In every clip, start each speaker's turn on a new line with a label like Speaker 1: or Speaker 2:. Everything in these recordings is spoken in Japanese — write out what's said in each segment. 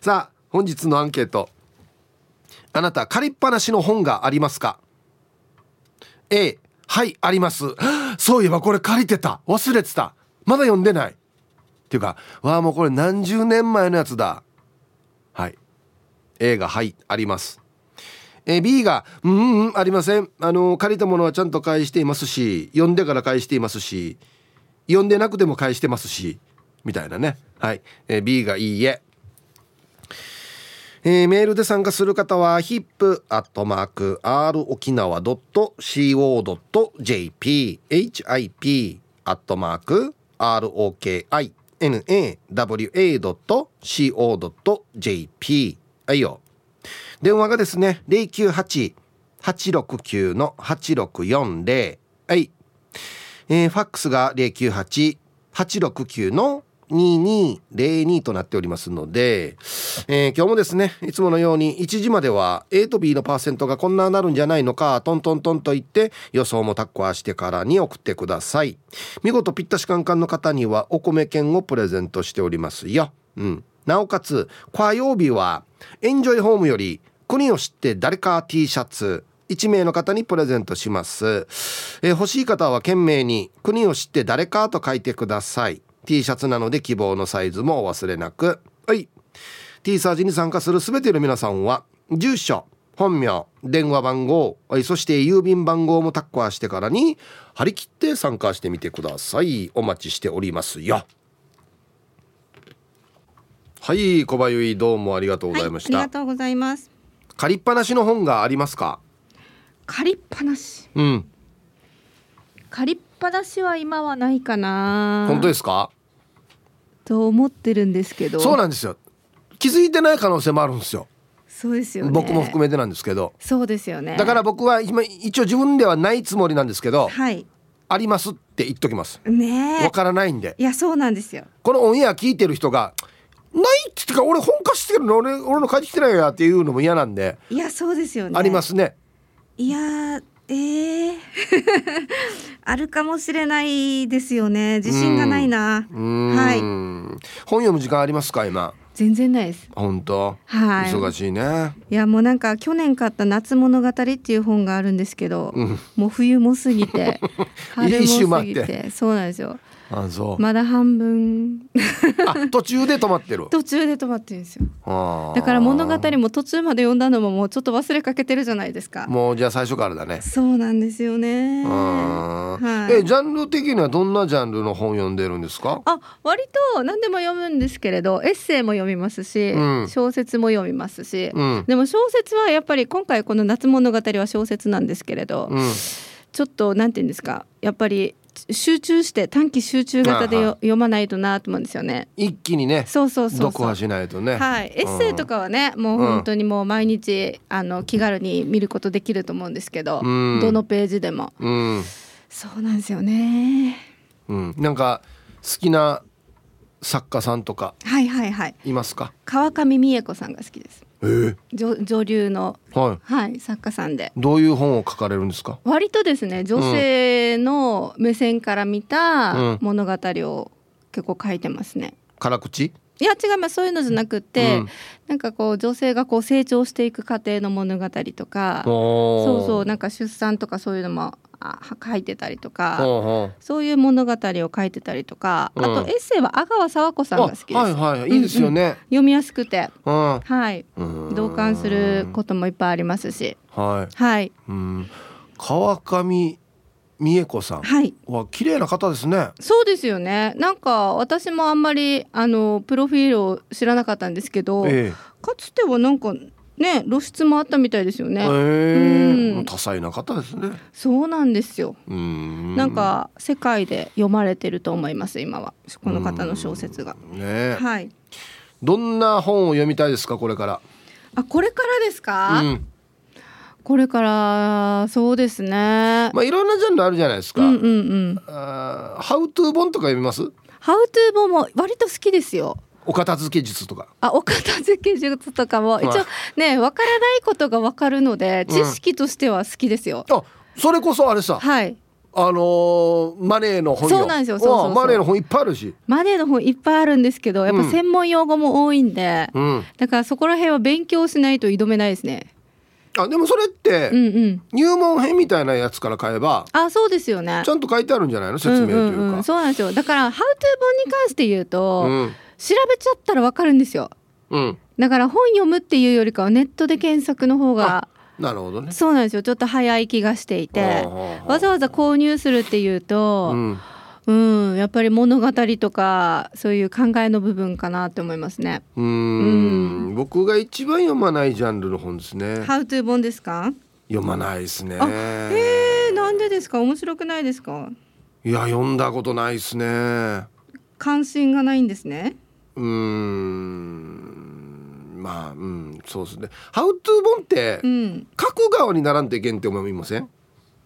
Speaker 1: さあ本日のアンケート、あなた借りっぱなしの本がありますか？ A、 はいあります。そういえばこれ借りてた、忘れてた、まだ読んでないっていうか、わあもうこれ何十年前のやつだ。はい、 A がはいあります。B がありません。借りたものはちゃんと返していますし、読んでから返していますし、読んでなくても返してますしみたいなね。はい、B がいいえ。メールで参加する方は hip@rokinawa.co.jp hip@rokinawa.co.jp はいよ。電話がですね 098-869-8640。はい、ファックスが 098-869-2202 となっておりますので、今日もですねいつものように1時までは A と B のパーセントがこんななるんじゃないのかトントントンと言って予想もタッコアしてからに送ってください。見事ぴったしカンカンの方にはお米券をプレゼントしておりますよ。なおかつ火曜日はエンジョイホームより国を知って誰か T シャツ1名の方にプレゼントします。欲しい方は懸命に国を知って誰かと書いてください。 T シャツなので希望のサイズもお忘れなく。はい、 T サージに参加するすべての皆さんは住所、本名、電話番号、そして郵便番号もタッコアしてからに張り切って参加してみてください。お待ちしておりますよ。はい、小林どうもありがとうございました。
Speaker 2: はい、ありがとうございます。
Speaker 1: 借りっぱなしの本がありますか？
Speaker 2: 借りっぱなし、借りっぱなしは今はないかな。
Speaker 1: 本当ですか？
Speaker 2: と思ってるんですけど。
Speaker 1: そうなんですよ。気づいてない可能性もあるんですよ。
Speaker 2: そうですよね。
Speaker 1: 僕も含めてなんですけど。
Speaker 2: そうですよね。
Speaker 1: だから僕は今一応自分ではないつもりなんですけど、
Speaker 2: はい、
Speaker 1: ありますって言っときます
Speaker 2: ね。
Speaker 1: わからないんで。
Speaker 2: いやそうなんですよ。
Speaker 1: このオンエア聞いてる人がないって言ってか、俺本貸してるの、俺の帰ってきてないよっていうのも嫌なんで。
Speaker 2: いやそうですよね。
Speaker 1: ありますね。
Speaker 2: いやあるかもしれないですよね。自信がないな。はい。
Speaker 1: 本読む時間ありますか今？
Speaker 2: 全然ないです。
Speaker 1: 本当？
Speaker 2: はい。
Speaker 1: 忙しいね。
Speaker 2: いやもうなんか去年買った夏物語っていう本があるんですけど、もう冬も過ぎて春も過ぎて、そうなんですよ。
Speaker 1: あ、そう。
Speaker 2: まだ半分
Speaker 1: 途中で止まってる。
Speaker 2: 途中で止まってるんですよ。だから物語も途中まで読んだのももうちょっと忘れかけてるじゃないですか。
Speaker 1: もうじゃあ最初からだね。
Speaker 2: そうなんですよね。はい、
Speaker 1: ジャンル的にはどんなジャンルの本読んでるんですか？
Speaker 2: 割と何でも読むんですけれど、エッセイも読みますし、小説も読みますし、でも小説はやっぱり今回この夏物語は小説なんですけれど、ちょっとなんていうんですか、やっぱり集中して短期集中型で読まないとなと思うんですよね。
Speaker 1: 一気にね。
Speaker 2: そう
Speaker 1: 読破しないとね。
Speaker 2: はい、エッセイとかはね、もう本当にもう毎日気軽に見ることできると思うんですけど、どのページでも、そうなんですよね。
Speaker 1: なんか好きな作家さんとかいますか？
Speaker 2: 川上美恵子さんが好きです。女流の、作家さんで。
Speaker 1: どういう本を書かれるんですか？
Speaker 2: 割とですね、女性の目線から見た物語を結構書いてますね。
Speaker 1: 辛口？
Speaker 2: いや違います。そういうのじゃなくて、なんかこう女性がこう成長していく過程の物語とか、そうなんか出産とかそういうのも書いてたりとか、そういう物語を書いてたりとか、あとエッセイは阿川佐和子さんが好きです。
Speaker 1: いいですよね。
Speaker 2: 読みやすくて、同感することもいっぱいありますし、川
Speaker 1: 上美恵子さんは綺麗な方ですね。
Speaker 2: そうですよね。なんか私もあんまりプロフィールを知らなかったんですけど、かつてはなんかね、露出もあったみたいですよね。
Speaker 1: 多彩な方ですね。
Speaker 2: そうなんですよ。なんか世界で読まれてると思います。今はこの方の小説が、
Speaker 1: どんな本を読みたいですか？これから。
Speaker 2: これからですか？これからそうですね。
Speaker 1: いろんなジャンルあるじゃないですか。ハウトゥー本とか読みます？
Speaker 2: ハウトゥー本も割と好きですよ。
Speaker 1: お片付け術とか。
Speaker 2: お片付け術とかも一応ね、わからないことがわかるので知識としては好きですよ。
Speaker 1: それこそあれさ、 マネーの本よ。
Speaker 2: そうなんですよ。そう
Speaker 1: マネーの本いっぱいあるし。
Speaker 2: マネーの本いっぱいあるんですけど、やっぱ専門用語も多いんで、だからそこら辺は勉強しないと挑めないですね。
Speaker 1: でもそれって、入門編みたいなやつから買えば、
Speaker 2: そうですよね。
Speaker 1: ちゃんと書いてあるんじゃないの、説明というか。
Speaker 2: そうなんですよ。だから How to 本に関して言うと、調べちゃったら分かるんですよ。だから本読むっていうよりかはネットで検索の方が、
Speaker 1: なるほどね。
Speaker 2: そうなんですよ。ちょっと早い気がしていて、わざわざ購入するっていうと、やっぱり物語とかそういう考えの部分かなって思いますね。
Speaker 1: 僕が一番読まないジャンルの本ですね。
Speaker 2: How to 本ですか？
Speaker 1: 読まないですね。
Speaker 2: なんでですか？面白くないですか？
Speaker 1: いや、読んだことないですね。
Speaker 2: 関心がないんですね。
Speaker 1: そうですね。How to 本って、書く側にならんといけんって思いません？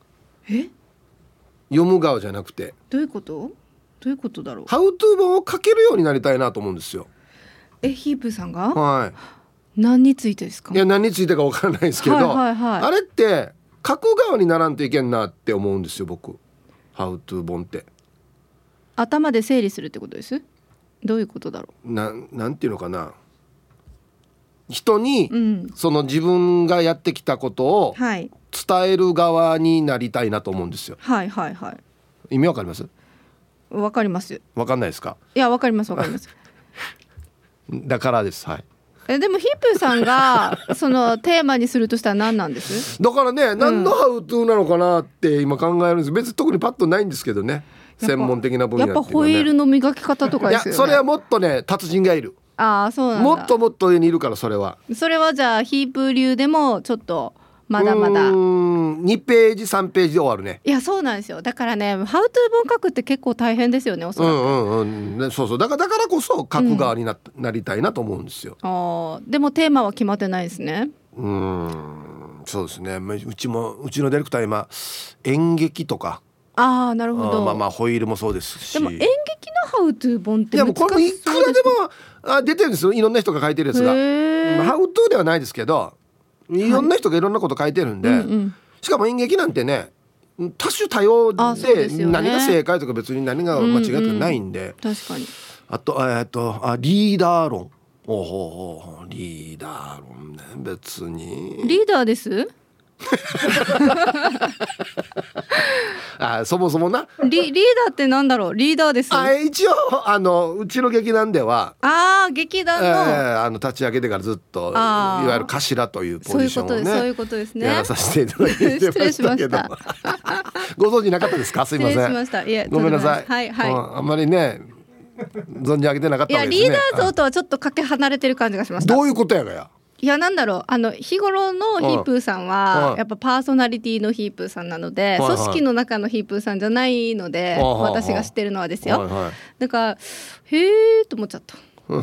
Speaker 1: 読む側じゃなくて。
Speaker 2: どういうことだろう。
Speaker 1: How to 本を書けるようになりたいなと思うんですよ。
Speaker 2: ヒープさんが？
Speaker 1: はい。
Speaker 2: 何についてですか？
Speaker 1: いや、何についてか分からないですけど、あれって書く側にならんといけんなって思うんですよ、僕。How to 本って
Speaker 2: 頭で整理するってことです。どういうことだろう。
Speaker 1: なんていうのかな、人に、その自分がやってきたことを伝える側になりたいなと思うんですよ。意味わかります？
Speaker 2: わかります。
Speaker 1: わかんないですか？い
Speaker 2: や、わかります。
Speaker 1: だからです。
Speaker 2: でもヒップーさんがそのテーマにするとしたら何なんです？
Speaker 1: だからね、何のハウトゥーなのかなって今考えるんです。別に特にパッとないんですけどね、専門的な分野っていうのはね。やっぱ
Speaker 2: ホイールの磨き方とかですよね。
Speaker 1: いや、それはもっとね、達人がいる。
Speaker 2: そうなんだ。
Speaker 1: もっと上にいるから。それは
Speaker 2: じゃあヒープー流でもちょっとまだまだ
Speaker 1: 2ページ3ページで終わるね。
Speaker 2: いや、そうなんですよ。だからね、How to 本書くって結構大変ですよね、おそらく。
Speaker 1: そうだからこそ書く側に なりたいなと思うんですよ。
Speaker 2: でもテーマは決まってないですね。
Speaker 1: そうですね。うちのディレクター今演劇とか。
Speaker 2: なるほど。
Speaker 1: ホイールもそうですし。
Speaker 2: でも演劇の How to 本って難しそうです。
Speaker 1: いや、もうこれもいくらでも出てるんですよ。いろんな人が書いてるやつが。How to ではないですけど、いろんな人がいろんなこと書いてるんで、しかも演劇なんてね、多種多様で、何が正解とか別に何が間違いとかないんで。
Speaker 2: 確かに。
Speaker 1: あとリーダー論。リーダー論ね。別に
Speaker 2: リーダーです。
Speaker 1: そもそもな
Speaker 2: リーダーってなんだろう。リーダーです。
Speaker 1: 一応うちの劇団では
Speaker 2: 劇団の、
Speaker 1: 立ち上げてからずっといわゆる頭というポジションをね、
Speaker 2: そういうことですね。
Speaker 1: やらさせていただいてましたけどご存知なかったですか？すいません。
Speaker 2: 失礼しました。いえ、
Speaker 1: ごめんなさい。あんまりね存じ上げてなかったわけですね。
Speaker 2: いや、リーダー像とはちょっとかけ離れてる感じがしました。
Speaker 1: どういうことやがや。
Speaker 2: いや、なんだろう、日頃のヒープーさんはやっぱパーソナリティのヒープーさんなので、組織の中のヒープーさんじゃないので、私が知ってるのはですよ。だからへーと思っちゃった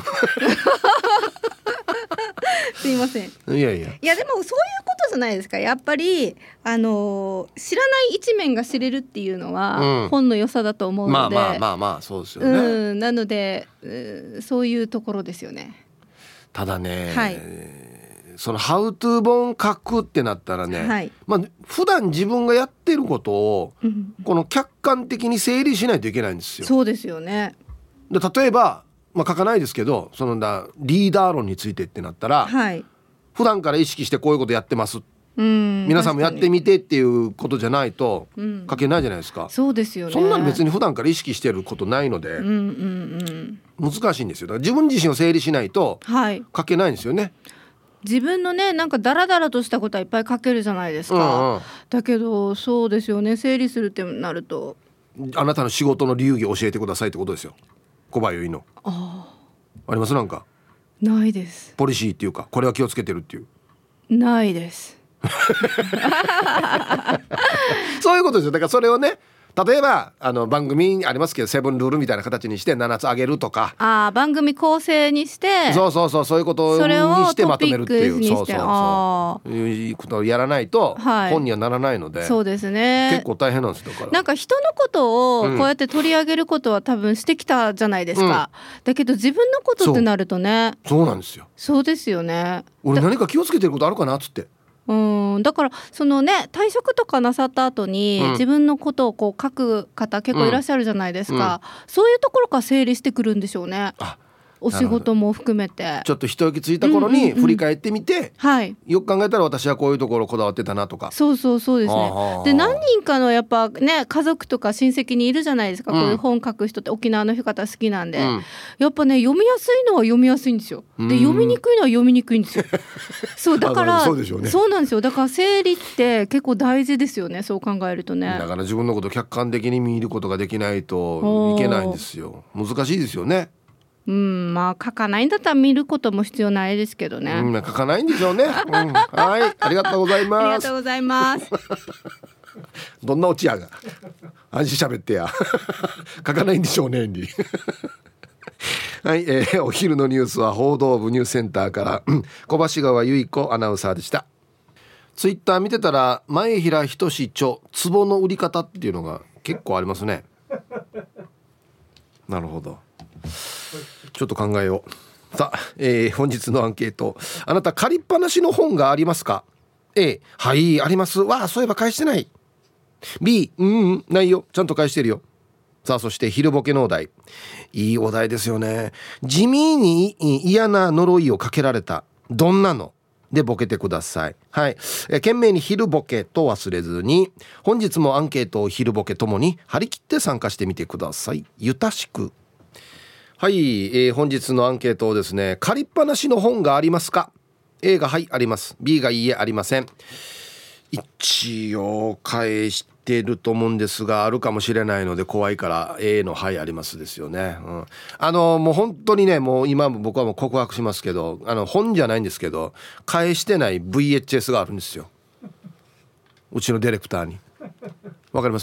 Speaker 2: すいません。
Speaker 1: いや
Speaker 2: でもそういうことじゃないですか。やっぱり知らない一面が知れるっていうのは、本の良さだと思うので、
Speaker 1: そうですよね。
Speaker 2: なので、そういうところですよね。
Speaker 1: ただね、そのハウトゥー本書くってなったらね、普段自分がやってることを、この客観的に整理しないといけないんですよ。
Speaker 2: そうですよね。
Speaker 1: で、例えば、書かないですけど、そのリーダー論についてってなったら、普段から意識してこういうことやってます、皆さんもやってみてっていうことじゃないと書けないじゃないですか。
Speaker 2: そうですよね。
Speaker 1: そんなに別に普段から意識してることないので、難しいんですよ。だから自分自身を整理しないと書けないんですよね。
Speaker 2: 自分のね、なんかダラダラとしたことはいっぱい書けるじゃないですか。だけどそうですよね、整理するってなると、
Speaker 1: あなたの仕事の流儀を教えてくださいってことですよ。小林のあります？なんか
Speaker 2: ないです。
Speaker 1: ポリシーっていうか、これは気をつけてるっていう。
Speaker 2: ないです
Speaker 1: そういうことですよ。だからそれをね、例えば番組ありますけど、セブンルールみたいな形にして7つあげるとか、
Speaker 2: 番組構成にして、
Speaker 1: そういうことにしてまとめるっていう、そういうことをやらないと本にはならないので、
Speaker 2: そうですね、
Speaker 1: 結構大変なんですよ。だから
Speaker 2: なんか人のことをこうやって取り上げることは多分してきたじゃないですか、だけど自分のことってなるとね、
Speaker 1: そうなんですよ。
Speaker 2: そうですよね。
Speaker 1: 俺何か気をつけてることあるかなっつって、
Speaker 2: だからそのね退職とかなさった後に、自分のことをこう書く方結構いらっしゃるじゃないですか、そういうところから整理してくるんでしょうね。お仕事も含めて
Speaker 1: ちょっと一息ついた頃に振り返ってみて、よく考えたら私はこういうところこだわってたなとか。
Speaker 2: そうですね。で何人かのやっぱね家族とか親戚にいるじゃないですか、こういう本書く人って沖縄の方好きなんで、やっぱね読みやすいのは読みやすいんですよ。で読みにくいのは読みにくいんですよ。そうだからそうでしょうね。そうなんですよ。だから整理って結構大事ですよね、そう考えるとね。
Speaker 1: だから自分のことを客観的に見ることができないといけないんですよ。難しいですよね。
Speaker 2: まあ書かないんだったら見ることも必要ないですけどね。
Speaker 1: 書かないんでしょうね。はい、ありがとうございます。
Speaker 2: ありがとうございます。
Speaker 1: どんなオチやが。安心喋ってや。書かないんでしょうね。はい、お昼のニュースは報道部ニュースセンターから小橋川由衣子アナウンサーでした。ツイッター見てたら前平仁著壺の売り方っていうのが結構ありますね。なるほど。ちょっと考えよう。さあ、本日のアンケート。あなた借りっぱなしの本がありますか？ A、 はいあります。わあそういえば返してない。 B、 ないよちゃんと返してるよ。さあそして昼ボケのお題、いいお題ですよね。地味に嫌な呪いをかけられたどんなのでボケてください。はい、懸命に昼ボケと忘れずに、本日もアンケートを昼ボケともに張り切って参加してみてください。ゆたしく。はい、本日のアンケートをですね、借りっぱなしの本がありますか？ A がはいあります、 B がいいえありません。一応返してると思うんですが、あるかもしれないので怖いから A のはいありますですよね。もう本当にね、もう今僕はもう告白しますけど、本じゃないんですけど返してない VHS があるんですよ、うちのディレクターに。わかります？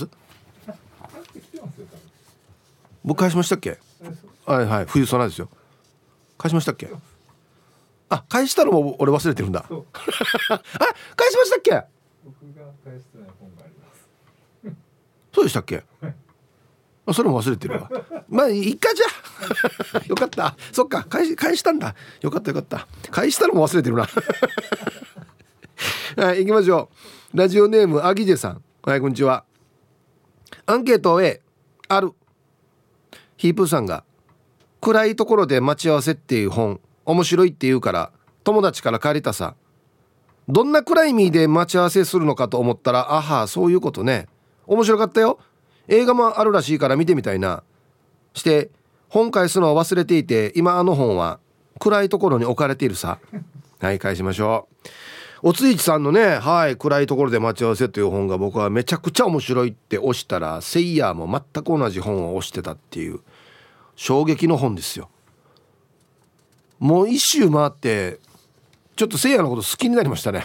Speaker 1: 僕返しましたっけ？はいはい、冬ソナですよ。返しましたっけ？返したのも俺忘れてるんだ。返しましたっけ？僕が返してない本があります。そうでしたっけ？それも忘れてるわ。まあいいかじゃ。よかった。そっか、返したんだ。よかったよかった。返したのも忘れてるな。はい、行きましょう。ラジオネームアギジェさん。はい、こんにちは。アンケート A、 ある。ヒープーさんが暗いところで待ち合わせっていう本面白いって言うから友達から借りたさ。どんな暗い意味で待ち合わせするのかと思ったら、あはそういうことね。面白かったよ。映画もあるらしいから見てみたいな。して本返すのは忘れていて、今あの本は暗いところに置かれているさ。はい、返しましょう。おついちさんのね、はい、暗いところで待ち合わせという本が僕はめちゃくちゃ面白いって押したら、セイヤーも全く同じ本を押してたっていう衝撃の本ですよ。もう一周回ってちょっとせいやのこと好きになりましたね。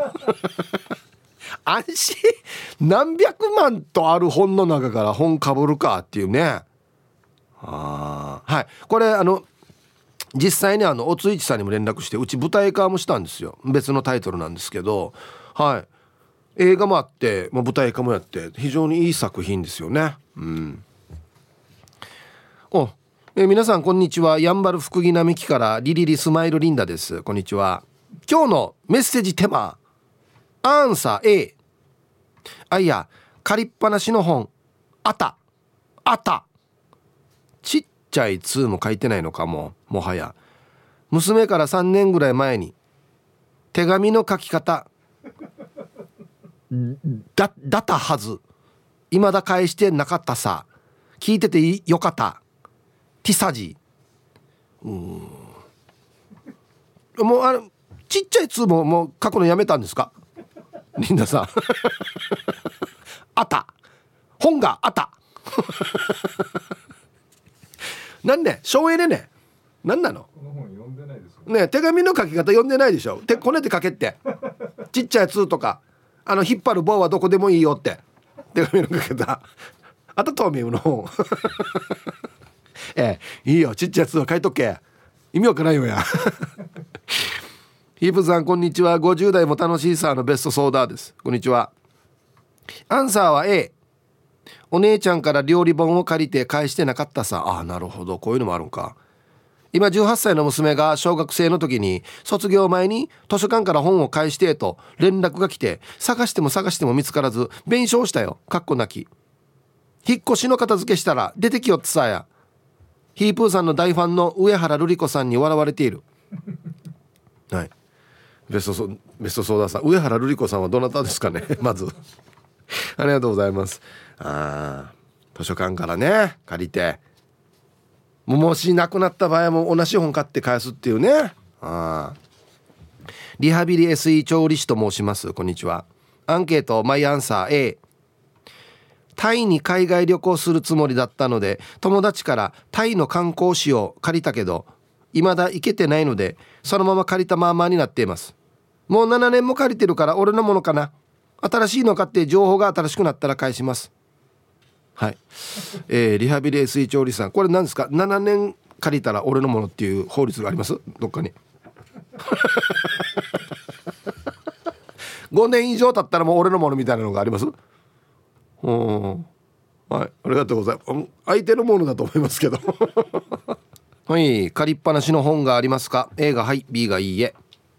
Speaker 1: 安心、何百万とある本の中から本かぶるかっていうね。はい、これ実際におついちさんにも連絡して、うち舞台化もしたんですよ。別のタイトルなんですけど、はい、映画もあって、舞台化もやって非常にいい作品ですよね。皆さんこんにちは。やんばる福木並木からリリリスマイルリンダです。こんにちは。今日のメッセージテーマ、アンサー A。 いや借りっぱなしの本あったちっちゃい2も書いてないのかもはや。娘から3年ぐらい前に手紙の書き方だったはず、未だ返してなかったさ。聞いててよかった。ティサジもうちっちゃい2もう書くのやめたんですか？リンダさん。本があったなんで省エネね、なんなのこの本読んでないですよね。手紙の書き方読んでないでしょ。こねて書けってちっちゃい2とか引っ張る棒はどこでもいいよって手紙の書き方。あと透明の本。いいよ、ちっちゃいやつは書いとけ。意味わからんよや。ヒープさんこんにちは。50代も楽しいさのベストソーダーです。こんにちは。アンサーは A。 お姉ちゃんから料理本を借りて返してなかったさ。なるほど、こういうのもあるんか。 今18歳の娘が小学生の時に卒業前に図書館から本を返してと連絡が来て、探しても探しても見つからず弁償したよ。かっこ泣き。引っ越しの片付けしたら出てきよってさや。ヒープーさんの大ファンの上原瑠璃子さんに笑われている。はい、ベストソーダさん、上原瑠璃子さんはどなたですかねまずありがとうございます。図書館からね借りて、もしなくなった場合も同じ本買って返すっていうね。リハビリ SE 調理師と申します。こんにちは。アンケートマイアンサー A。 タイに海外旅行するつもりだったので友達からタイの観光誌を借りたけど未だ行けてないのでそのまま借りたままになっています。もう7年も借りてるから俺のものかな。新しいの買って情報が新しくなったら返します。はい、リハビリ SE 調理師さん、これ何ですか。7年借りたら俺のものっていう法律がありますどっかに5年以上経ったらもう俺のものみたいなのがあります。はい、ありがとうございます。相手のものだと思いますけどはい、借りっぱなしの本がありますか。 A がはい、 B がいいえ。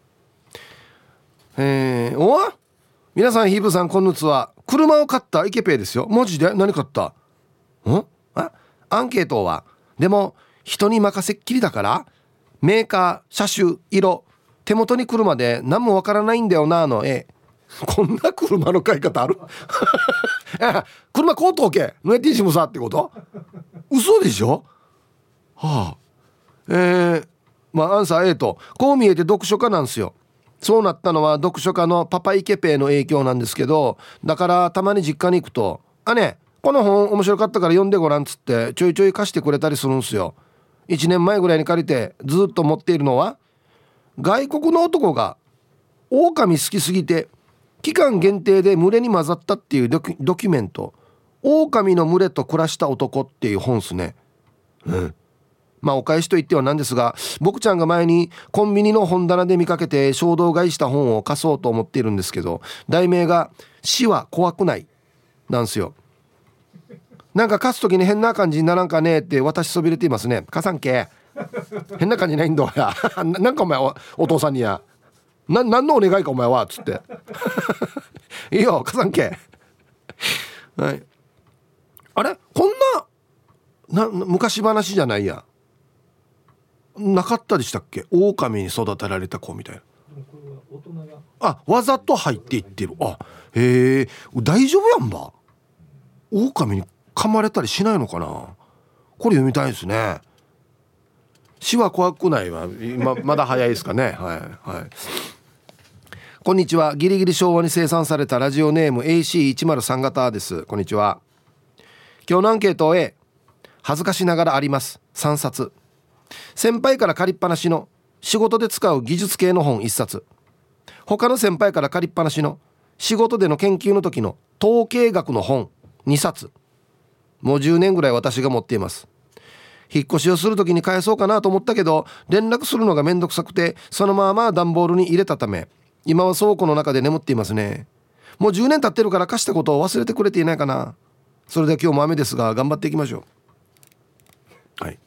Speaker 1: 皆さんヒープさんこんにちは。車を買ったイケペイですよ。マジで何買った？アンケートはでも人に任せっきりだからメーカー、車種、色手元に来るまで何もわからないんだよなの A。 こんな車の買い方ある車買うとけヌエティシムさってこと？嘘でしょ。アンサー A とこう見えて読書家なんですよ。そうなったのは読書家のパパイケペイの影響なんですけど、だからたまに実家に行くとね、この本面白かったから読んでごらんっつってちょいちょい貸してくれたりするんですよ。1年前ぐらいに借りてずっと持っているのは外国の男が狼好きすぎて期間限定で群れに混ざったっていうドキュメント、狼の群れと暮らした男っていう本っすね。まあお返しと言ってはなんですが、僕ちゃんが前にコンビニの本棚で見かけて衝動買いした本を貸そうと思っているんですけど、題名が死は怖くないなんすよ。なんか貸す時に変な感じにならんかねって私そびれていますね。貸さんけ変な感じないんだやなんかお前お父さんにや何のお願いかお前はつっていいよ貸さんけはい、あれこんな昔話じゃないやなかったでしたっけ。狼に育てられた子みたいな。わざと入っていってる。へえ、大丈夫やんば。狼に噛まれたりしないのかな。これ読みたいですね。死は怖くないわ。まだ早いですかね。はいこんにちは。ギリギリ昭和に生産されたラジオネーム AC103 型です。こんにちは。今日のアンケート A。 恥ずかしながらあります。3冊。先輩から借りっぱなしの仕事で使う技術系の本1冊。他の先輩から借りっぱなしの仕事での研究の時の統計学の本2冊。もう10年ぐらい私が持っています。引っ越しをする時に返そうかなと思ったけど連絡するのがめんどくさくてそのまま段ボールに入れたため今は倉庫の中で眠っていますね。もう10年経ってるから貸したことを忘れてくれていないかな。それで今日も雨ですが頑張っていきましょう。はい、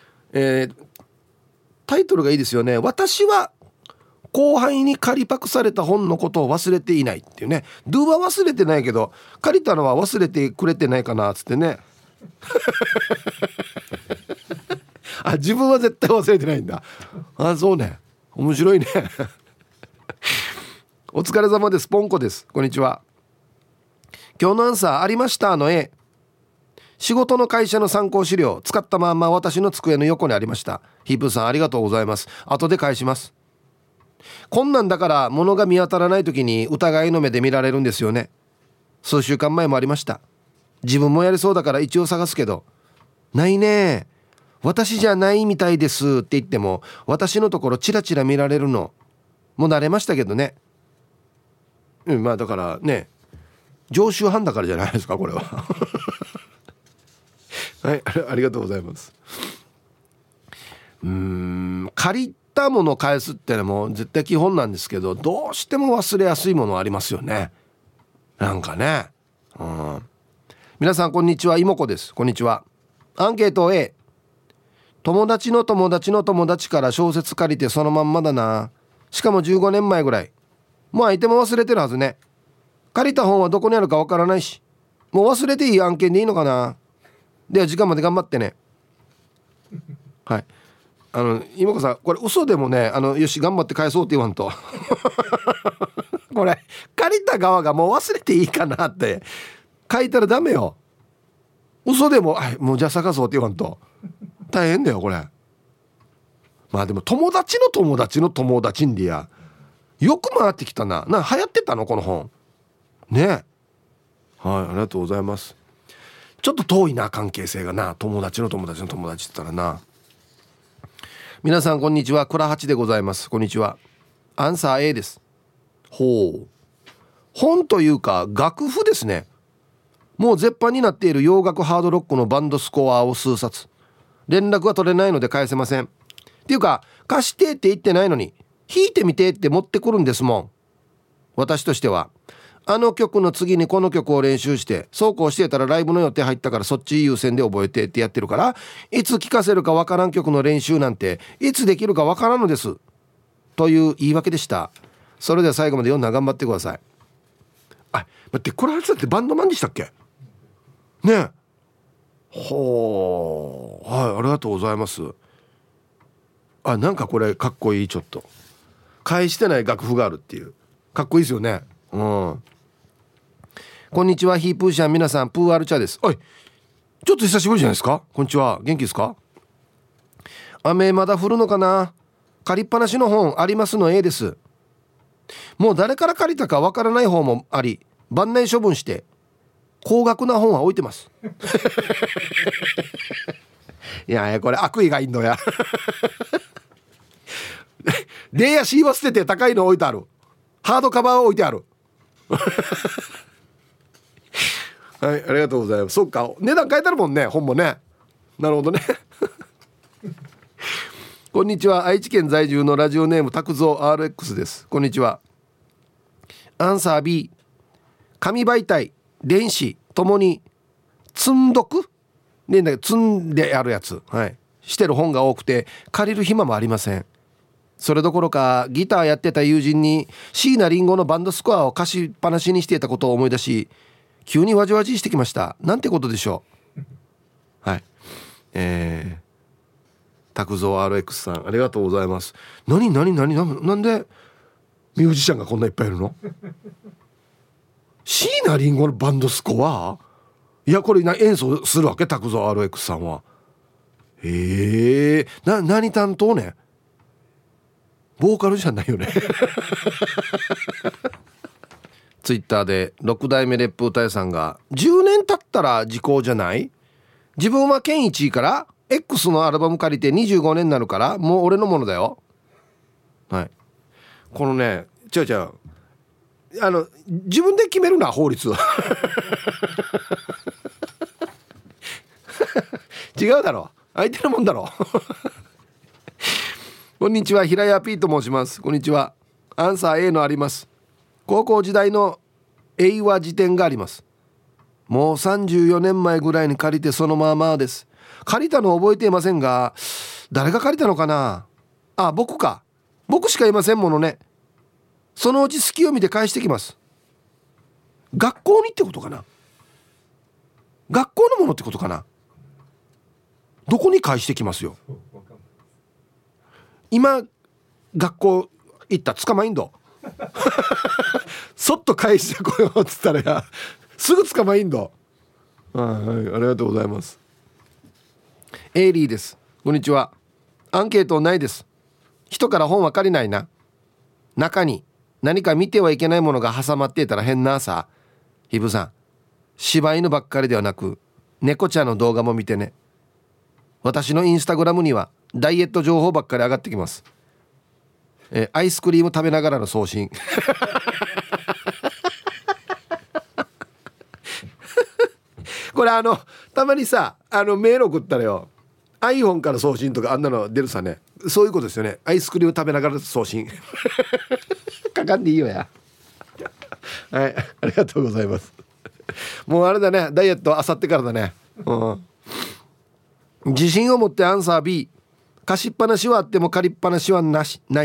Speaker 1: タイトルがいいですよね。私は後輩に借りパクされた本のことを忘れていないっていうね。ドゥは忘れてないけど借りたのは忘れてくれてないかなっつってね自分は絶対忘れてないんだ。そうね、面白いねお疲れ様です。ポンコです。こんにちは。今日のアンサーありましたの A。 仕事の会社の参考資料使ったまんま私の机の横にありました。ヒープさんありがとうございます。後で返します。こんなんだから物が見当たらない時に疑いの目で見られるんですよね。数週間前もありました。自分もやりそうだから一応探すけどないね、私じゃないみたいですって言っても私のところチラチラ見られるのもう慣れましたけどね。まあだからね常習犯だからじゃないですかこれははい、ありがとうございます。借りたものを返すってのも絶対基本なんですけどどうしても忘れやすいものありますよね。なんかね。皆さんこんにちは。いもこです。こんにちは。アンケート A。 友達の友達の友達から小説借りてそのまんまだな。しかも15年前ぐらい。もう相手も忘れてるはずね。借りた本はどこにあるかわからないし、もう忘れていい案件でいいのかな。では時間まで頑張ってね。はい、今子さん、これ嘘でもね、よし頑張って返そうって言わんとこれ借りた側がもう忘れていいかなって書いたらダメよ。嘘でももうじゃあ探そうって言わんと大変だよこれ。まあでも友達の友達の友達んでやよく回ってきたな。流行ってたのこの本ね。はい、ありがとうございます。ちょっと遠いな関係性がな。友達の友達の友達って言ったらな。皆さんこんにちは、倉八でございます。こんにちは。アンサー A です。ほう、本というか楽譜ですね。もう絶版になっている洋楽ハードロックのバンドスコアを数冊。連絡が取れないので返せません。っていうか貸してって言ってないのに弾いてみてって持ってくるんですもん。私としてはあの曲の次にこの曲を練習してそうこうしてたらライブの予定入ったからそっち優先で覚えてってやってるから、いつ聴かせるかわからん曲の練習なんていつできるかわからんのですという言い訳でした。それでは最後まで読んだら頑張ってください。待って、これはってバンドマンでしたっけね。ほう、はい、ありがとうございます。なんかこれかっこいい。ちょっと返してない楽譜があるっていうかっこいいですよね。こんにちは、ヒープーシャン、皆さんプーアルチャです。おい、ちょっと久しぶりじゃないですか。こんにちは、元気ですか。雨まだ降るのかな。借りっぱなしの本ありますの A です。もう誰から借りたかわからない方もあり万年処分して高額な本は置いてますいやこれ悪意がいんのやレイヤー C は捨てて高いの置いてある。ハードカバーは置いてあるはい、ありがとうございます。そっか、値段変えてあるもんね、本もね。なるほどねこんにちは、愛知県在住のラジオネーム拓蔵 RX です。こんにちは。アンサー B、 紙媒体電子ともに積んどくね、積んであるやつ、はい、してる本が多くて借りる暇もありません。それどころかギターやってた友人に椎名林檎のバンドスコアを貸しっぱなしにしていたことを思い出し急にわじわじしてきました。なんてことでしょう。はい、拓蔵 RX さんありがとうございます。なんでミュージシャンがこんないっぱいいるの椎名林檎のバンドスコア、いやこれ演奏するわけ、拓蔵 RX さんは。何担当ね。ボーカルじゃないよねツイッターで6代目烈風隊さんが10年経ったら時効じゃない。自分は県1位から X のアルバム借りて25年になるからもう俺のものだよ。はい、このね、違う自分で決めるな法律違うだろ、相手のもんだろこんにちは、平谷 P と申します。こんにちは。アンサー A のあります。高校時代の英和辞典があります。もう34年前ぐらいに借りてそのままです。借りたの覚えていませんが誰が借りたのかな。僕か。僕しかいませんものね。そのうち隙を見て返してきます。学校にってことかな。学校のものってことかな。どこに返してきますよ。今学校行った捕まえんどそっと返してこようっつったらやすぐ捕まえんど。はい、ありがとうございます。エイリーです。こんにちは。アンケートないです。人から本は借りないな。中に何か見てはいけないものが挟まっていたら変なさ。ヒブさん、柴犬ばっかりではなく猫ちゃんの動画も見てね。私のインスタグラムにはダイエット情報ばっかり上がってきます。アイスクリーム食べながらの送信これたまにさメール送ったらよ iPhone から送信とかあんなの出るさね。そういうことですよね。アイスクリーム食べながら送信かかんでいいよやはい、ありがとうございます。もうあれだね、ダイエットあさってからだね。自信を持ってアンサー B、 貸しっぱなしはあっても借りっぱなしはない。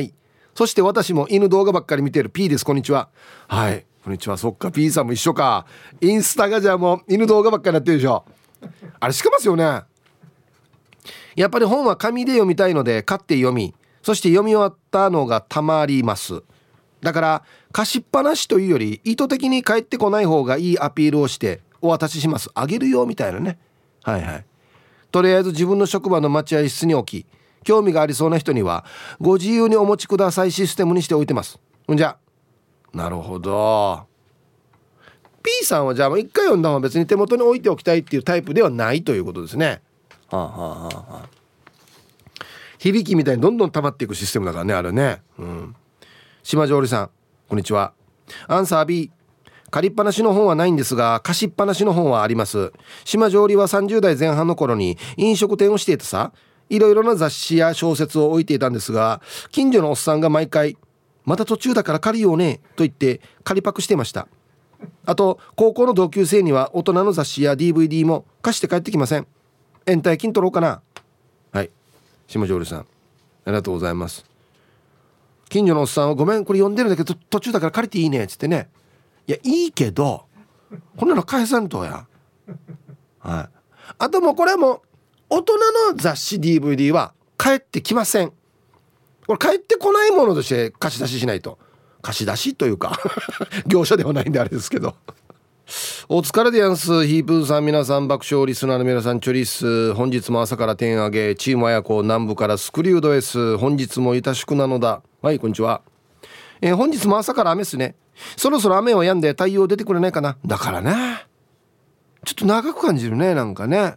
Speaker 1: そして私も犬動画ばっかり見てる P です。こんにちは。はい、こんにちは。そっか、 P さんも一緒か。インスタがじゃあもう犬動画ばっかりやってるでしょ。あれしかますよね。やっぱり本は紙で読みたいので買って読み、そして読み終わったのがたまります。だから貸しっぱなしというより意図的に帰ってこない方がいいアピールをしてお渡しします、あげるよみたいなね。はいはい。とりあえず自分の職場の待合室に置き、興味がありそうな人にはご自由にお持ちくださいシステムにしておいてます。じゃあなるほど。 P さんはじゃあ一回読んだ本は別に手元に置いておきたいっていうタイプではないということですね。はあはあはあ、響きみたいにどんどん溜まっていくシステムだからね、あれね。島上里さん、こんにちは。アンサー B。 借りっぱなしの本はないんですが貸しっぱなしの本はあります。島上里は30代前半の頃に飲食店をしていてさ、いろいろな雑誌や小説を置いていたんですが、近所のおっさんが毎回また途中だから借りようねと言って借りパクしていました。あと高校の同級生には大人の雑誌や DVD も貸して帰ってきません。延滞金取ろうかな。はい、下条さんありがとうございます。近所のおっさんはごめんこれ読んでるんだけど途中だから借りていいねっつってね。いやいいけどこんなの返さんとや。はい。あともうこれはもう大人の雑誌 DVD は返ってきません。これ返ってこないものとして貸し出ししないと。貸し出しというか業者ではないんであれですけどお疲れでやんす。ヒープーさん、皆さん、爆笑リスナーの皆さん、チョリス。本日も朝から点上げ、チームあやこ南部からスクリュード S。本日もいたしくなのだ。はい、こんにちは。本日も朝から雨っすね。そろそろ雨を止んで太陽出てくれないかな。だからね、ちょっと長く感じるね、なんかね。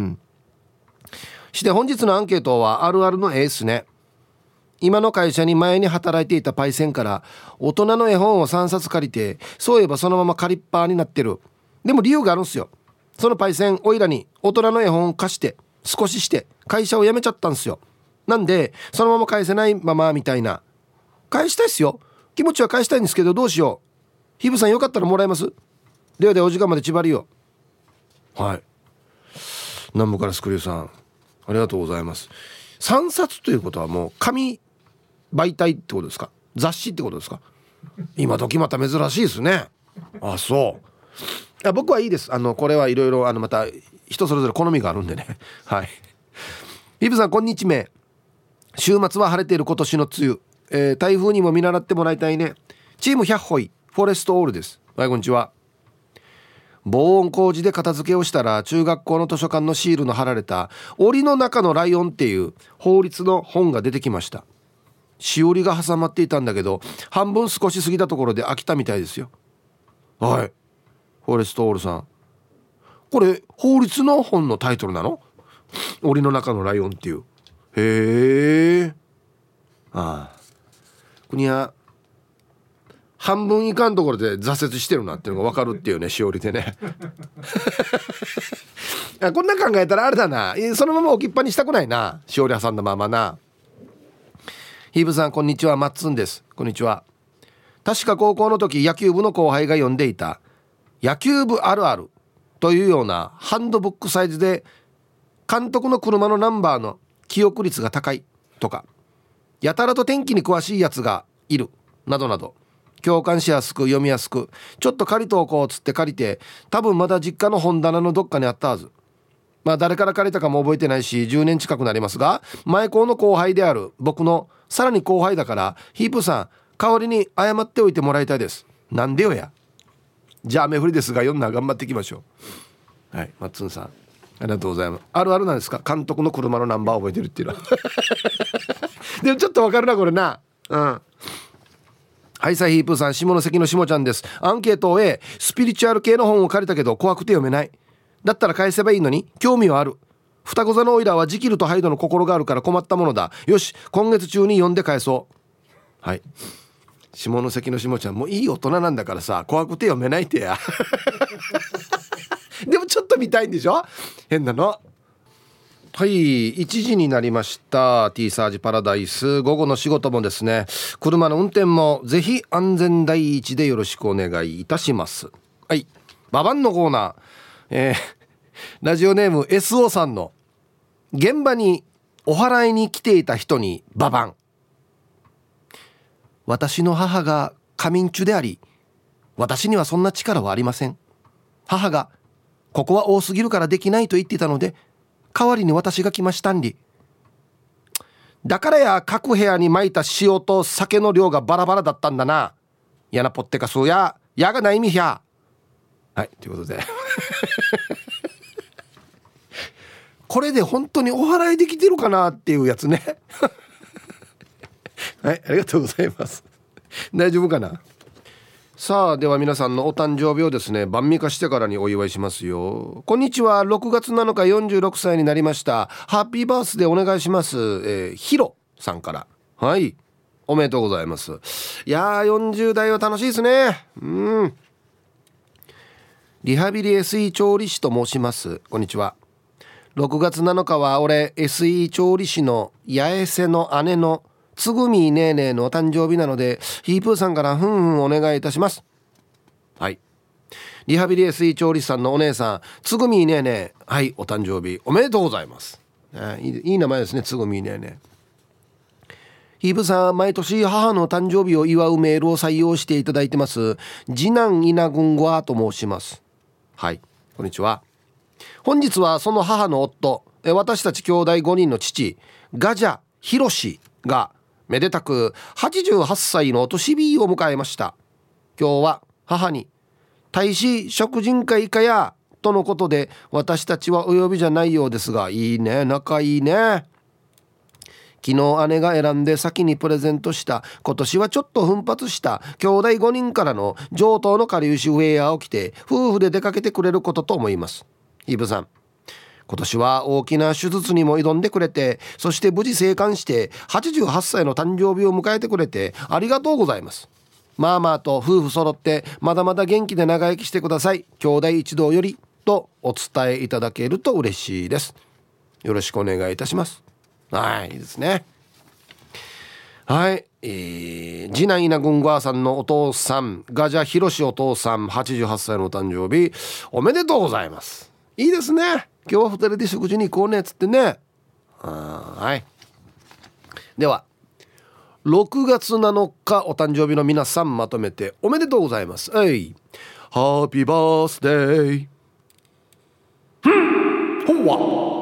Speaker 1: して本日のアンケートはあるあるのエースね。今の会社に前に働いていたパイセンから大人の絵本を3冊借りて、そういえばそのまま借りっぱになってる。でも理由があるんすよ。そのパイセンおいらに大人の絵本を貸して少しして会社を辞めちゃったんすよ。なんでそのまま返せないままみたいな。返したいっすよ、気持ちは返したいんですけどどうしよう。ヒブさんよかったらもらえます。ではでお時間まで縛りよ。はい、南部からスクリューさんありがとうございます。3冊ということはもう紙媒体ってことですか、雑誌ってことですか。今時また珍しいですね。あ、そう。いや僕はいいです。これはいろいろまた人それぞれ好みがあるんでね。はい。ヒブさんこんにちは。週末は晴れている今年の梅雨、台風にも見習ってもらいたいね。チーム100歩いフォレストオールです。はい、こんにちは。防音工事で片付けをしたら中学校の図書館のシールの貼られた檻の中のライオンっていう法律の本が出てきました。しおりが挟まっていたんだけど半分少し過ぎたところで飽きたみたいですよ。はい、フォレストオールさん、これ法律の本のタイトルなの？檻の中のライオンっていう。へえ。ああ、国は半分いかんところで挫折してるなっていうのが分かるっていうね、しおりでねこんな考えたらあれだな、そのまま置きっぱにしたくないな、しおり挟んだままな。ヒーブさんこんにちは、マッツンです。こんにちは。確か高校の時野球部の後輩が読んでいた野球部あるあるというようなハンドブックサイズで監督の車のナンバーの記憶率が高いとか、やたらと天気に詳しいやつがいるなどなど、共感しやすく読みやすく、ちょっと借りとこうつって借りて、多分まだ実家の本棚のどっかにあったはず。まあ誰から借りたかも覚えてないし10年近くなりますが、前校の後輩である僕のさらに後輩だから、ヒープさん代わりに謝っておいてもらいたいです。なんでよや。じゃあ雨降りですが読んだら頑張っていきましょう。はい、マッツンさんありがとうございます。あるあるなんですか、監督の車のナンバー覚えてるっていうのはでもちょっとわかるなこれな。はい、サイヒープーさん、下関の下ちゃんです。アンケートを A、スピリチュアル系の本を借りたけど怖くて読めない。だったら返せばいいのに興味はある。双子座のオイラはジキルとハイドの心があるから困ったものだ。よし、今月中に読んで返そう。はい、下関の下ちゃんもいい大人なんだからさ、怖くて読めないってやでもちょっと見たいんでしょ、変なの。はい、1時になりました。 T サージパラダイス、午後の仕事もですね、車の運転もぜひ安全第一でよろしくお願いいたします。はい、ババンのコーナー、ラジオネーム SO さんの現場にお祓いに来ていた人にババン。私の母が仮眠中であり、私にはそんな力はありません。母がここは多すぎるからできないと言っていたので、代わりに私が来ましたんり。だからや各部屋に撒いた塩と酒の量がバラバラだったんだな。やなぽってかそうやがないみひゃ。はい、ということでこれで本当にお祓いできてるかなっていうやつねはい、ありがとうございます。大丈夫かな。さあ、では皆さんのお誕生日をですね、晩御飯してからにお祝いしますよ。こんにちは、6月7日46歳になりました。ハッピーバースデーお願いします。ヒロさんから、はい、おめでとうございます。いやー、40代は楽しいですね。リハビリ SE 調理師と申します。こんにちは。6月7日は俺 SE 調理師の八重瀬の姉のつぐみねえねえのお誕生日なので、ヒープーさんからふんふんお願いいたします。はい、リハビリ SE 調理師さんのお姉さんつぐみねえねえ、はい、お誕生日おめでとうございます。いい名前ですね、つぐみねえねえ。ヒープーさん、毎年母の誕生日を祝うメールを採用していただいてます次男稲軍ゴと申します。はい、こんにちは。本日はその母の夫、私たち兄弟5人の父ガジャヒロシがめでたく88歳のお年日を迎えました。今日は母に大使食人会かやとのことで、私たちはお呼びじゃないようですが、いいね、仲いいね。昨日姉が選んで先にプレゼントした今年はちょっと奮発した兄弟5人からの上等のかりゆしウェアを着て夫婦で出かけてくれることと思います。イブさん、今年は大きな手術にも挑んでくれて、そして無事生還して88歳の誕生日を迎えてくれてありがとうございます。まあまあと夫婦揃ってまだまだ元気で長生きしてください。兄弟一同よりとお伝えいただけると嬉しいです。よろしくお願いいたします。はい、いいですね。はい、次男稲軍ゴアさんのお父さんガジャヒロシお父さん88歳のお誕生日おめでとうございます。いいですね。今日は2人で食事に行こうねっつってね。はい。では6月7日お誕生日の皆さんまとめておめでとうございます。ハッピーバースデー。ほわ。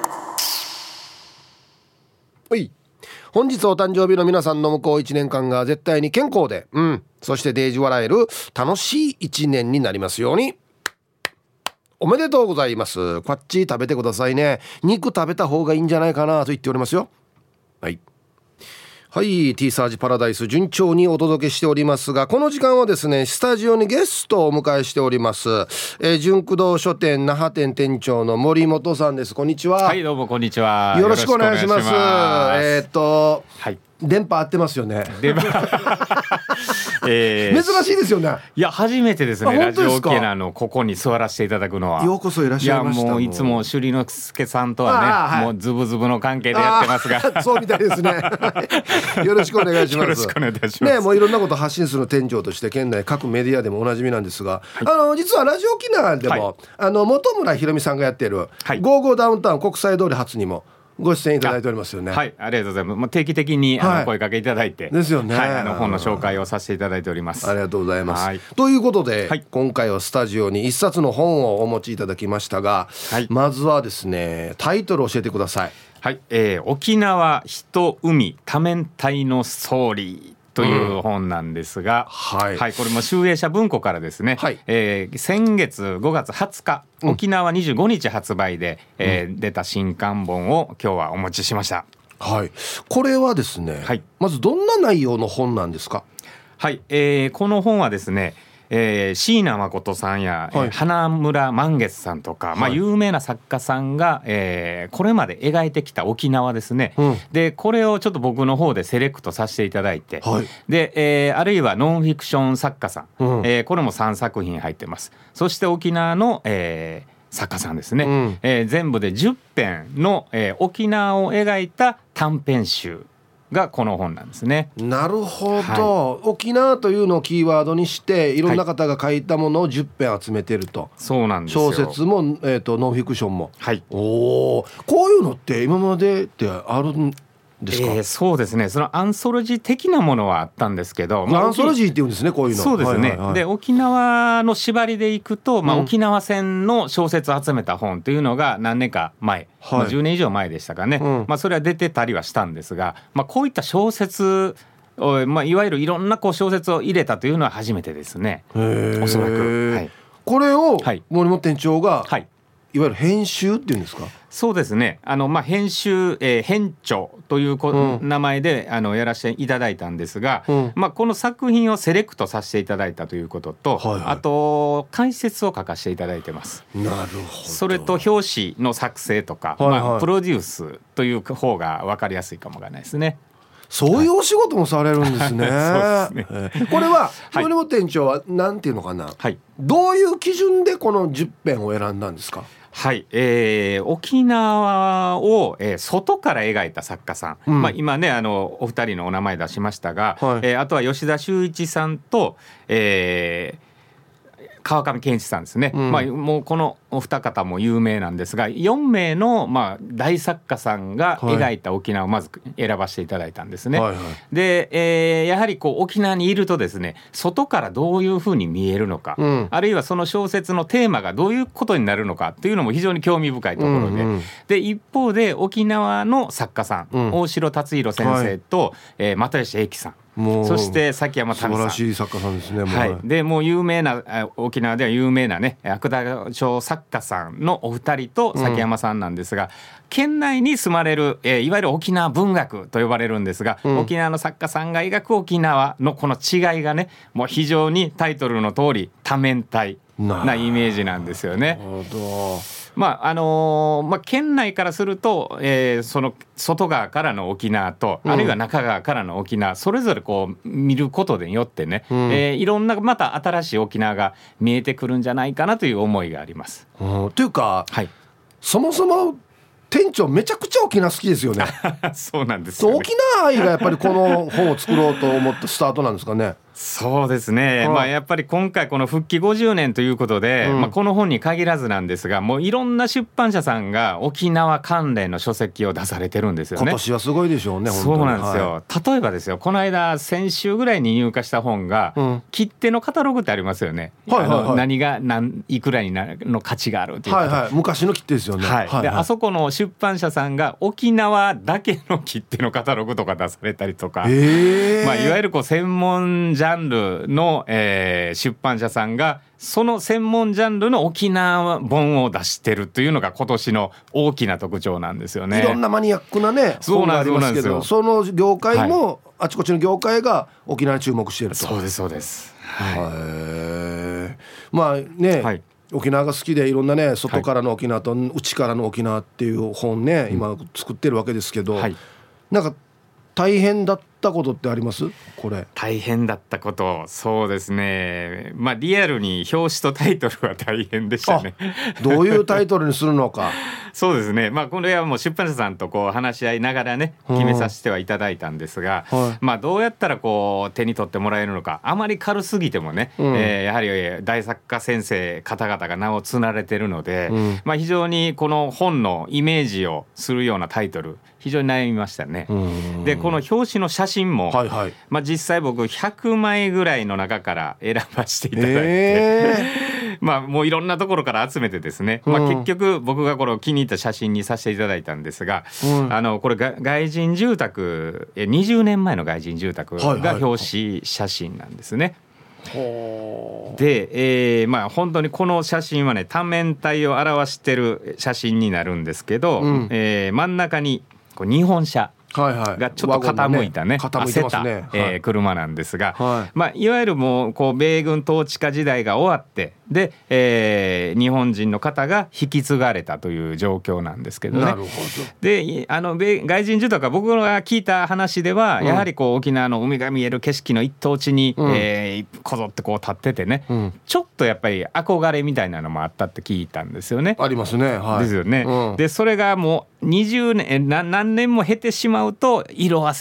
Speaker 1: 本日お誕生日の皆さんの向こう1年間が絶対に健康で、そしてデージ笑える楽しい1年になりますように。おめでとうございます。こっち食べてくださいね。肉食べた方がいいんじゃないかなと言っておりますよ。はいはい、T サージパラダイス順調にお届けしておりますが、この時間はですね、スタジオにゲストをお迎えしております。純駆動書店那覇店店長の森本さんです。こんにちは。
Speaker 3: はい、どうもこんにちは。
Speaker 1: よろしくお願いします。
Speaker 3: はい。
Speaker 1: 電波合ってますよね。
Speaker 3: 電波
Speaker 1: 珍しいですよね。
Speaker 3: いや初めてですね。ラジオ沖縄のここに座らせていただくのは。
Speaker 1: ようこそいらっしゃいました。
Speaker 3: いやもういつも首里之助さんとはね、もうズブズブの関係でやってますが
Speaker 1: そうみたいですねよろしくお願いします。
Speaker 3: よろしくお願いいたします。
Speaker 1: ね、もういろんなこと発信する店長として県内各メディアでもおなじみなんですが、実はラジオ沖縄でも、本村ひろみさんがやっているゴーゴーダウンタウン国際通り初にもご出演いただいておりますよね。
Speaker 3: はい、ありがとうございます。もう定期的に声かけいただいて
Speaker 1: ですよね。
Speaker 3: 本の紹介をさせていただいております。
Speaker 1: ありがとうございます。ということで、今回はスタジオに一冊の本をお持ちいただきましたが、まずはですね、タイトルを教えてください。
Speaker 3: はい、沖縄人海多面体のストーリーという本なんですが、これも集英社文庫からですね、先月5月20日、沖縄25日発売で、出た新刊本を今日はお持ちしました。
Speaker 1: はい、これはですね、まずどんな内容の本なんですか？
Speaker 3: はい、この本はですね、椎名誠さんや、花村満月さんとか、有名な作家さんが、これまで描いてきた沖縄ですね、でこれをちょっと僕の方でセレクトさせていただいて、で、あるいはノンフィクション作家さん、これも3作品入ってます。そして沖縄の、作家さんですね、全部で10編の、沖縄を描いた短編集がこの本なんですね。
Speaker 1: なるほど、沖縄というのをキーワードにしていろんな方が書いたものを10編集めてると。
Speaker 3: そうなんですよ。
Speaker 1: 小説も、ノンフィクションも、
Speaker 3: お
Speaker 1: お、こういうのって今までってあるんですか？
Speaker 3: そうですね、そのアンソロジー的なものはあったんですけど、
Speaker 1: アンソロジーっていうんですね、こういうの。
Speaker 3: そうですね、で沖縄の縛りでいくと、沖縄戦の小説を集めた本というのが何年か前、10年以上前でしたかね、それは出てたりはしたんですが、こういった小説を、いわゆるいろんな小説を入れたというのは初めてですね、おそらく、
Speaker 1: これを森本店長が、いわゆる編集っていうんですか？
Speaker 3: そうですね、編集、編著という名前でやらせていただいたんですが、この作品をセレクトさせていただいたということと、あと解説を書かせていただいてます。
Speaker 1: なるほど。
Speaker 3: それと表紙の作成とか、プロデュースという方が分かりやすいかもわからないですね。
Speaker 1: そういうお仕事もされるんですね。
Speaker 3: そうですね。
Speaker 1: これは森本店長はなんていうのかな、どういう基準でこの10編を選んだんですか？
Speaker 3: 沖縄を、外から描いた作家さん、今ねお二人のお名前出しましたが、あとは吉田修一さんと、川上健一さんですね、もうこのお二方も有名なんですが、4名の、大作家さんが描いた沖縄をまず選ばせていただいたんですね。で、やはり沖縄にいるとですね、外からどういうふうに見えるのか、あるいはその小説のテーマがどういうことになるのかっていうのも非常に興味深いところで、で一方で沖縄の作家さん、大城達弘先生と、又吉英樹さん、そして崎山民さん、
Speaker 1: 素晴らしい作家さんですね。
Speaker 3: でもう有名な沖縄では有名なね芥川賞作家さんのお二人と崎山さんなんですが、県内に住まれる、いわゆる沖縄文学と呼ばれるんですが、沖縄の作家さんが描く沖縄のこの違いがね、もう非常にタイトルの通り多面体なイメージなんですよね。県内からすると、その外側からの沖縄と、あるいは中側からの沖縄、それぞれ見ることによってね、いろんなまた新しい沖縄が見えてくるんじゃないかなという思いがあります。
Speaker 1: というか、そもそも店長めちゃくちゃ沖縄好きですよね。
Speaker 3: そうなんですよね。
Speaker 1: 沖縄愛がやっぱりこの本を作ろうと思ったスタートなんですかね。
Speaker 3: そうですね、やっぱり今回この復帰50年ということで、この本に限らずなんですが、もういろんな出版社さんが沖縄関連の書籍を出されてるんですよね。
Speaker 1: 今年はすごいでしょうね。本当に
Speaker 3: そうなんですよ、例えばですよ、この間先週ぐらいに入荷した本が、切手のカタログってありますよね。何がいくらになるの価値があるということ、
Speaker 1: 昔の切手ですよね。
Speaker 3: であそこの出版社さんが沖縄だけの切手のカタログとか出されたりとか、いわゆる専門ジャンルの、出版社さんがその専門ジャンルの沖縄本を出してるというのが今年の大きな特徴なんですよね。
Speaker 1: いろんなマニアックなね本がありますけど、その業界も、あちこちの業界が沖縄に注目していると。
Speaker 3: そうですそうです。
Speaker 1: 沖縄が好きでいろんなね、外からの沖縄と内からの沖縄っていう本ね、今作ってるわけですけど、なんか大変だったことってあります？これ
Speaker 3: 大変だったこと、そうですね、リアルに表紙とタイトルは大変でしたね。
Speaker 1: どういうタイトルにするのか。
Speaker 3: そうですね、これはもう出版社さんと話し合いながらね決めさせてはいただいたんですが、どうやったら手に取ってもらえるのか、あまり軽すぎてもね、やはり大作家先生方々が名を連ねてるので、非常にこの本のイメージをするようなタイトル非常に悩みましたね。でこの表紙の写真も、実際僕100枚ぐらいの中から選ばせていただいて、もういろんなところから集めてですね、結局僕がこれ気に入った写真にさせていただいたんですが、これ外人住宅、20年前の外人住宅が表紙写真なんですね。で、本当にこの写真はね多面体を表してる写真になるんですけど、真ん中に日本車がちょっと傾いたね、焦った車なんですが、いわゆるもう米軍統治下時代が終わって、で、日本人の方が引き継がれたという状況なんですけどね。
Speaker 1: なるほど。
Speaker 3: で外人住宅は僕が聞いた話では、やはり沖縄の海が見える景色の一等地に、こぞって立っててね、ちょっとやっぱり憧れみたいなのもあったって聞いたんですよね。
Speaker 1: ありますね。
Speaker 3: ですよね。でそれがもう20年何年も経てしまうと色あせっ 、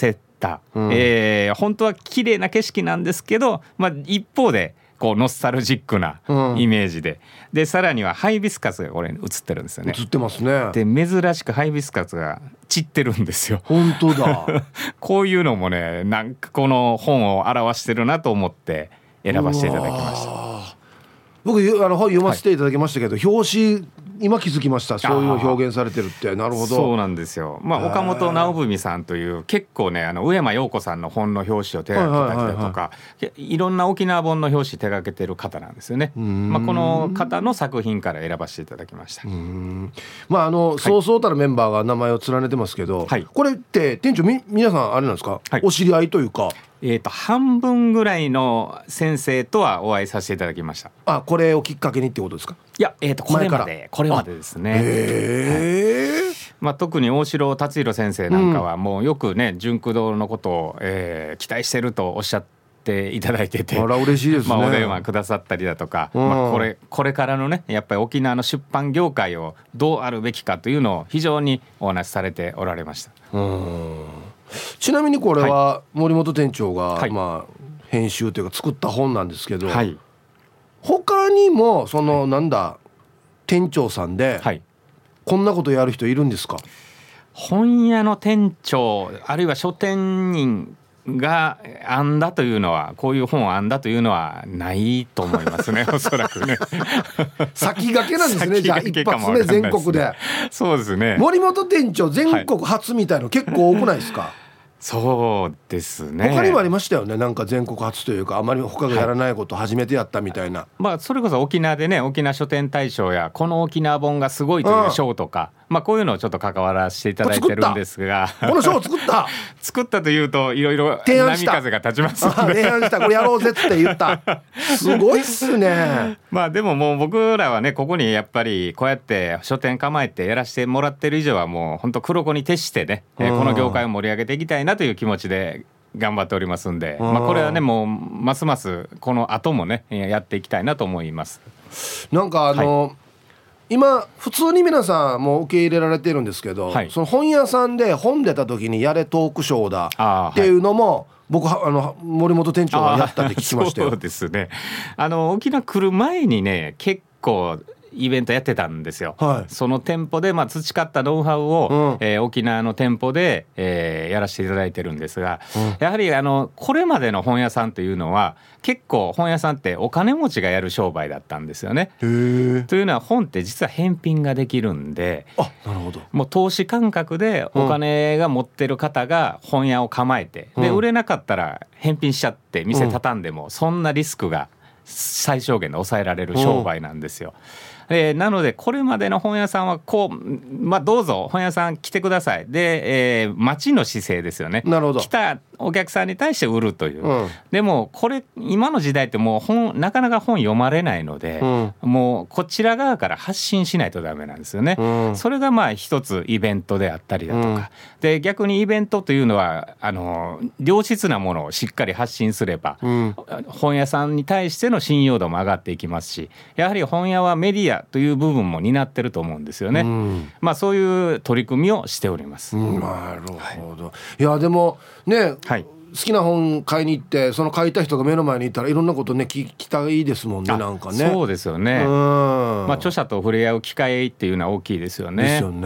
Speaker 3: 本当は綺麗な景色なんですけど、一方でこうノスタルジックなイメージで、でさらにはハイビスカスがこれ映ってるんですよね。
Speaker 1: 映ってますね。
Speaker 3: で珍しくハイビスカスが散ってるんですよ。
Speaker 1: 本当だ
Speaker 3: こういうのもね、なんかこの本を表してるなと思って選ばせていただきました。
Speaker 1: 僕本読ませていただきましたけど、表紙今気づきました。そういうの表現されてるって。なるほど。
Speaker 3: そうなんですよ。岡本直文さんという結構ね、上間陽子さんの本の表紙を手掛けたりだとか、いろんな沖縄本の表紙手掛けてる方なんですよね。この方の作品から選ばせていただきました。
Speaker 1: そうそうたるメンバーが名前を連ねてますけど、これって店長皆さんあれなんですか、お知り合いというか。
Speaker 3: 半分ぐらいの先生とはお会いさせていただきました。
Speaker 1: これをきっかけにってことですか。
Speaker 3: いや、これまでですね。特に大城達弘先生なんかはもうよくね、純駆動のことを、期待してるとおっしゃっていただいてて、
Speaker 1: あら嬉しいですね。
Speaker 3: お電話くださったりだとか、これからのね、やっぱり沖縄の出版業界をどうあるべきかというのを非常にお話しされておられました。
Speaker 1: ちなみにこれは森本店長が、編集というか作った本なんですけど、他にもその店長さんで、こんなことやる人いるんですか。
Speaker 3: 本屋の店長あるいは書店員が編んだというのは、こういう本を編んだというのはないと思いますねおそらくね
Speaker 1: 先駆けなんですね。じゃあ一発目全国で。
Speaker 3: そうですね。
Speaker 1: 森本店長全国初みたいの結構多くないですか。
Speaker 3: そうですね。
Speaker 1: 他にもありましたよね。なんか全国初というか、あまり他がやらないことを初めてやったみたいな。
Speaker 3: それこそ沖縄でね、沖縄書店大賞やこの沖縄本がすごいという賞とか、こういうのをちょっと関わらせていただいてるんですが、
Speaker 1: この賞を作った
Speaker 3: 作ったというといろいろ波風が立ちますので、
Speaker 1: 提案した、これやろうぜって言ったすごいっすね。
Speaker 3: でももう僕らはね、ここにやっぱりこうやって書店構えてやらせてもらってる以上は、もう本当黒子に徹してね、この業界を盛り上げていきたいなという気持ちで頑張っておりますんで、これはね、もうますますこの後もねやっていきたいなと思います。
Speaker 1: なんか今普通に皆さんも受け入れられてるんですけど、その本屋さんで本出た時にやれトークショーだっていうのも、僕森本店長がやったって聞きましたよ。
Speaker 3: そうですね。沖縄来る前にね、結構イベントやってたんですよ。その店舗で培ったノウハウを、沖縄の店舗で、やらせていただいてるんですが、やはりこれまでの本屋さんというのは結構本屋さんってお金持ちがやる商売だったんですよね。というのは、本って実は返品ができるんで、
Speaker 1: なるほど。
Speaker 3: もう投資感覚でお金が持ってる方が本屋を構えて、で売れなかったら返品しちゃって店畳んでも、そんなリスクが最小限で抑えられる商売なんですよ。なのでこれまでの本屋さんはこう、どうぞ本屋さん来てくださいで、待ちの姿勢ですよね。
Speaker 1: なるほど。
Speaker 3: 来たお客さんに対して売るという、でもこれ今の時代ってもうなかなか本読まれないので、もうこちら側から発信しないとダメなんですよね。それが一つイベントであったりだとか、で逆にイベントというのは良質なものをしっかり発信すれば、本屋さんに対しての信用度も上がっていきますし、やはり本屋はメディアという部分も担ってると思うんですよね。そういう取り組みをしております。
Speaker 1: なるほど。いやでもね、好きな本買いに行って、その買いたい人が目の前にいたらいろんなことね聞きたいですもんね。なんかね。
Speaker 3: そうですよね。著者と触れ合う機会っていうのは大きいですよね。
Speaker 1: ですよね。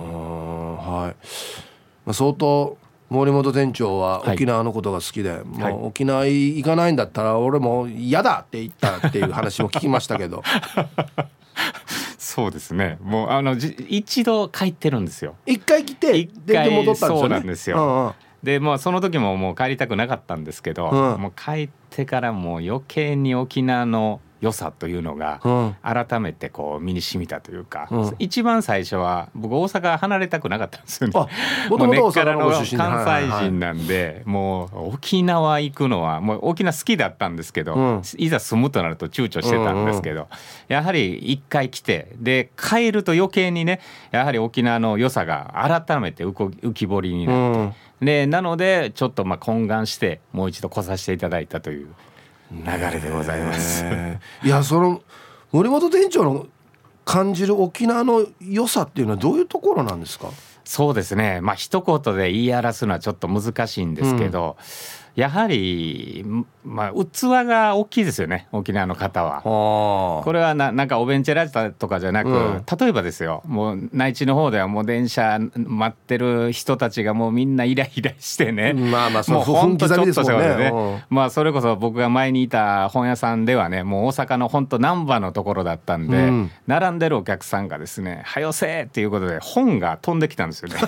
Speaker 1: 相当森本店長は沖縄のことが好きで、もう沖縄行かないんだったら俺も嫌だって言ったっていう話も聞きましたけど
Speaker 3: そうですね。もう一度帰ってるんですよ。
Speaker 1: 一回来てで戻ったんですよね。
Speaker 3: そうなんですよ。でその時ももう帰りたくなかったんですけど、もう帰ってからもう余計に沖縄の良さというのが改めてこう身に染みたというか、一番最初は僕大阪離れたくなかったんですよね。もう根っからの関西人なんで、もう沖縄行くのはもう沖縄好きだったんですけど、いざ住むとなると躊躇してたんですけど、やはり一回来てで帰ると余計にね、やはり沖縄の良さが改めて浮き彫りになって、でなのでちょっと懇願してもう一度来させていただいたという流れでございます。
Speaker 1: いや、その森本店長の感じる沖縄の良さっていうのはどういうところなんですか？
Speaker 3: そうですね、まあ一言で言い表すのはちょっと難しいんですけど、やはり、まあ、器が大きいですよね、沖縄の方は。これはなんかおべんちゃらとかじゃなく、例えばですよ、もう内地の方ではもう電車待ってる人たちがもうみんなイライラしてね、
Speaker 1: まあまあ
Speaker 3: もうほんとちょっとしたことで
Speaker 1: ね、
Speaker 3: まあそれこそ僕が前にいた本屋さんではね、もう大阪のほんと難波のところだったんで、並んでるお客さんがですね、はよせーっていうことで本が飛んできたんですよね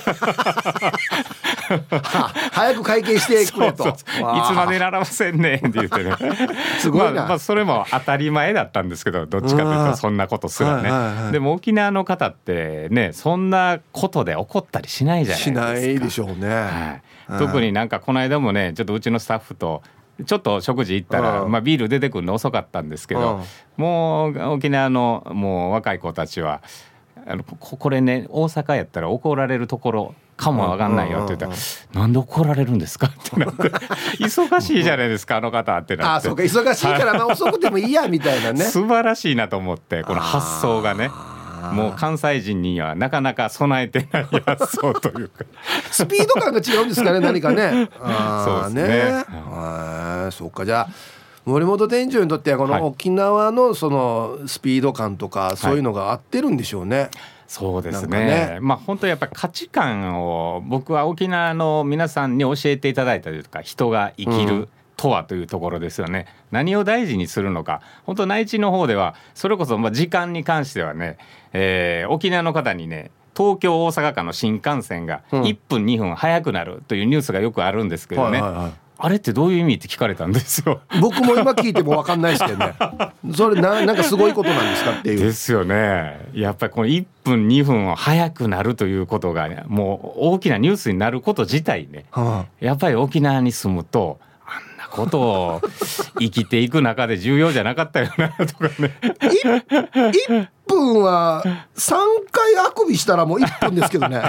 Speaker 1: 早く会計してくれと。
Speaker 3: そうそういつまでならませんねんって言ってね
Speaker 1: すごいな。
Speaker 3: まあそれも当たり前だったんですけど、どっちかというとそんなことすらね、でも沖縄の方ってね、そんなことで怒ったりしないじゃないですか。
Speaker 1: しないでしょうね、
Speaker 3: 特になんかこの間もね、ちょっとうちのスタッフとちょっと食事行ったら、まあ、ビール出てくるの遅かったんですけど、もう沖縄のもう若い子たちはこれね、大阪やったら怒られるところかもわかんないよって言ったら、なんで怒られるんですかってなって忙しいじゃないですかあの方ってなって、
Speaker 1: そうか、忙しいからまあ遅くてもいいやみたいなね
Speaker 3: 素晴らしいなと思って、この発想がね、もう関西人にはなかなか備えてない発想というか
Speaker 1: スピード感が違うんですかね、何かね。
Speaker 3: そうですね。
Speaker 1: そうか、じゃあ森本店長にとってはこの沖縄のそのスピード感とかそういうのが合ってるんでしょうね。
Speaker 3: そうですね。まあ本当やっぱり価値観を僕は沖縄の皆さんに教えていただいたというか、人が生きるとはというところですよね。何を大事にするのか、本当内地の方ではそれこそ時間に関してはね、沖縄の方にね、東京大阪間の新幹線が1分2分早くなるというニュースがよくあるんですけどね、あれってどういう意味って聞かれたんですよ。
Speaker 1: 僕も今聞いても分かんないですけどねそれなんかすごいことなんですかっていう。
Speaker 3: ですよね。やっぱりこの1分2分早くなるということが、ね、もう大きなニュースになること自体ね、やっぱり沖縄に住むとあんなことを生きていく中で重要じゃなかったよなとかね
Speaker 1: 1分は3回あくびしたらもう1分ですけどね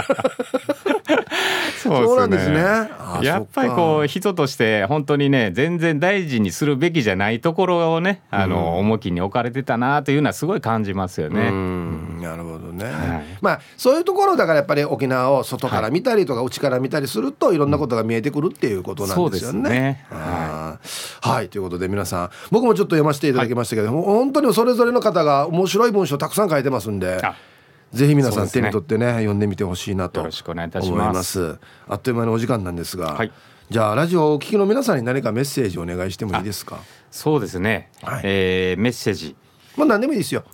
Speaker 1: そうなんですね。
Speaker 3: やっぱりこう人として本当にね、全然大事にするべきじゃないところをね、重きに置かれてたなというのはすごい感じますよね。
Speaker 1: なるほどね、まあそういうところだからやっぱり沖縄を外から見たりとか内から見たりするといろんなことが見えてくるっていうことなんですよね。
Speaker 3: そうですね。
Speaker 1: はい、ということで皆さん、僕もちょっと読ませていただきましたけど、本当にそれぞれの方が面白い文章たくさん書いてますんで、ぜひ皆さん手に取ってね読んでみてほしいなと思います。よろしくお願いいたします。あっという間にお時間なんですが、じゃあラジオをお聞きの皆さんに何かメッセージをお願いしてもいいですか。
Speaker 3: そうですね、メッセージ、
Speaker 1: まあ何でもいいですよ。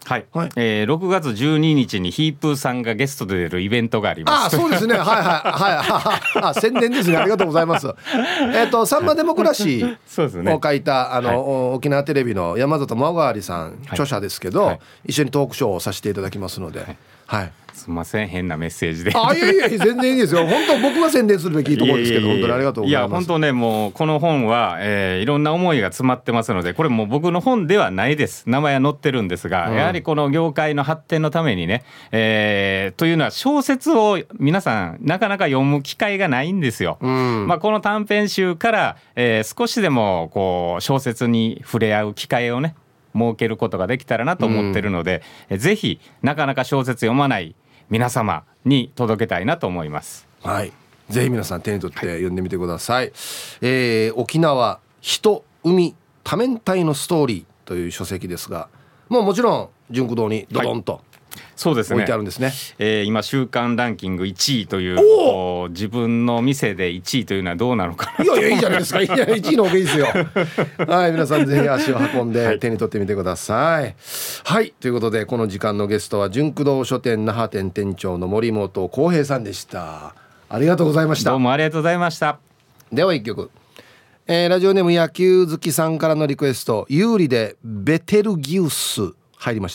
Speaker 3: 6月12日にヒープーさんがゲストで出るイベントがあります。
Speaker 1: そうですね。宣伝ですね。ありがとうございます。サンバデモクラシーを書いた沖縄テレビの山里真川さん、著者ですけど、一緒にトークショーをさせていただきますので、
Speaker 3: すみません、変なメッセージで。
Speaker 1: いや全然いいですよ。本当僕が宣伝するべきところですけど、本当にありがとうございます。
Speaker 3: いや本当ね、もうこの本は、いろんな思いが詰まってますので、これもう僕の本ではないです。名前は載ってるんですが、やはりこの業界の発展のためにね、というのは小説を皆さんなかなか読む機会がないんですよ。この短編集から、少しでもこう小説に触れ合う機会をね設けることができたらなと思ってるので、ぜひなかなか小説読まない皆様に届けたいなと思います。
Speaker 1: ぜひ皆さん手に取って読んでみてください。沖縄人海多面体のストーリーという書籍ですが、もちろん純駆動にドドンと、
Speaker 3: そうですね、
Speaker 1: 置いてあるんですね。
Speaker 3: 今週間ランキング1位という自分の店で1位というのはどうなのかな。
Speaker 1: いやいいじゃないですか。1位の方がいいですよ。皆さんぜひ足を運んで手に取ってみてください。ということでこの時間のゲストは純駆動書店那覇店店長の森本浩平さんでした。ありがとうございました。
Speaker 3: どうもありがとうございました。
Speaker 1: では一曲、ラジオネーム野球好きさんからのリクエスト、有利でベテルギウス入りました。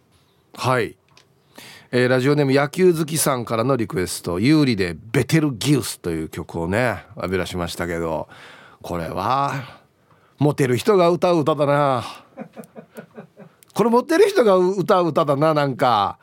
Speaker 1: ラジオネーム野球好きさんからのリクエスト、有利でベテルギウスという曲をね浴びらしましたけど、これはモテる人が歌う歌だな。これモテる人が歌う歌だな。なんか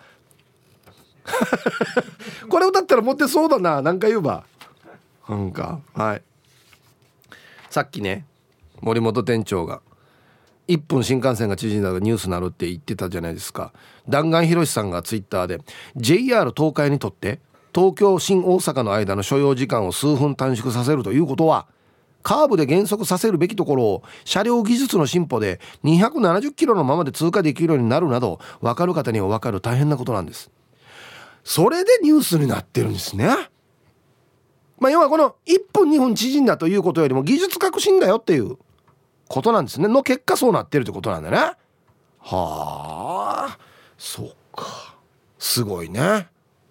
Speaker 1: これ歌ったらモテそうだな。なんか言うばなんかさっきね森本店長が1分新幹線が縮んだらニュースになるって言ってたじゃないですか。弾丸博さんがツイッターで JR 東海にとって東京新大阪の間の所要時間を数分短縮させるということは、カーブで減速させるべきところを車両技術の進歩で270キロのままで通過できるようになるなど、分かる方には分かる大変なことなんです。それでニュースになってるんですね。要はこの1分2分縮んだということよりも技術革新だよっていうことなんですね。の結果そうなってるってことなんだね。はあ、そうか、すごいね。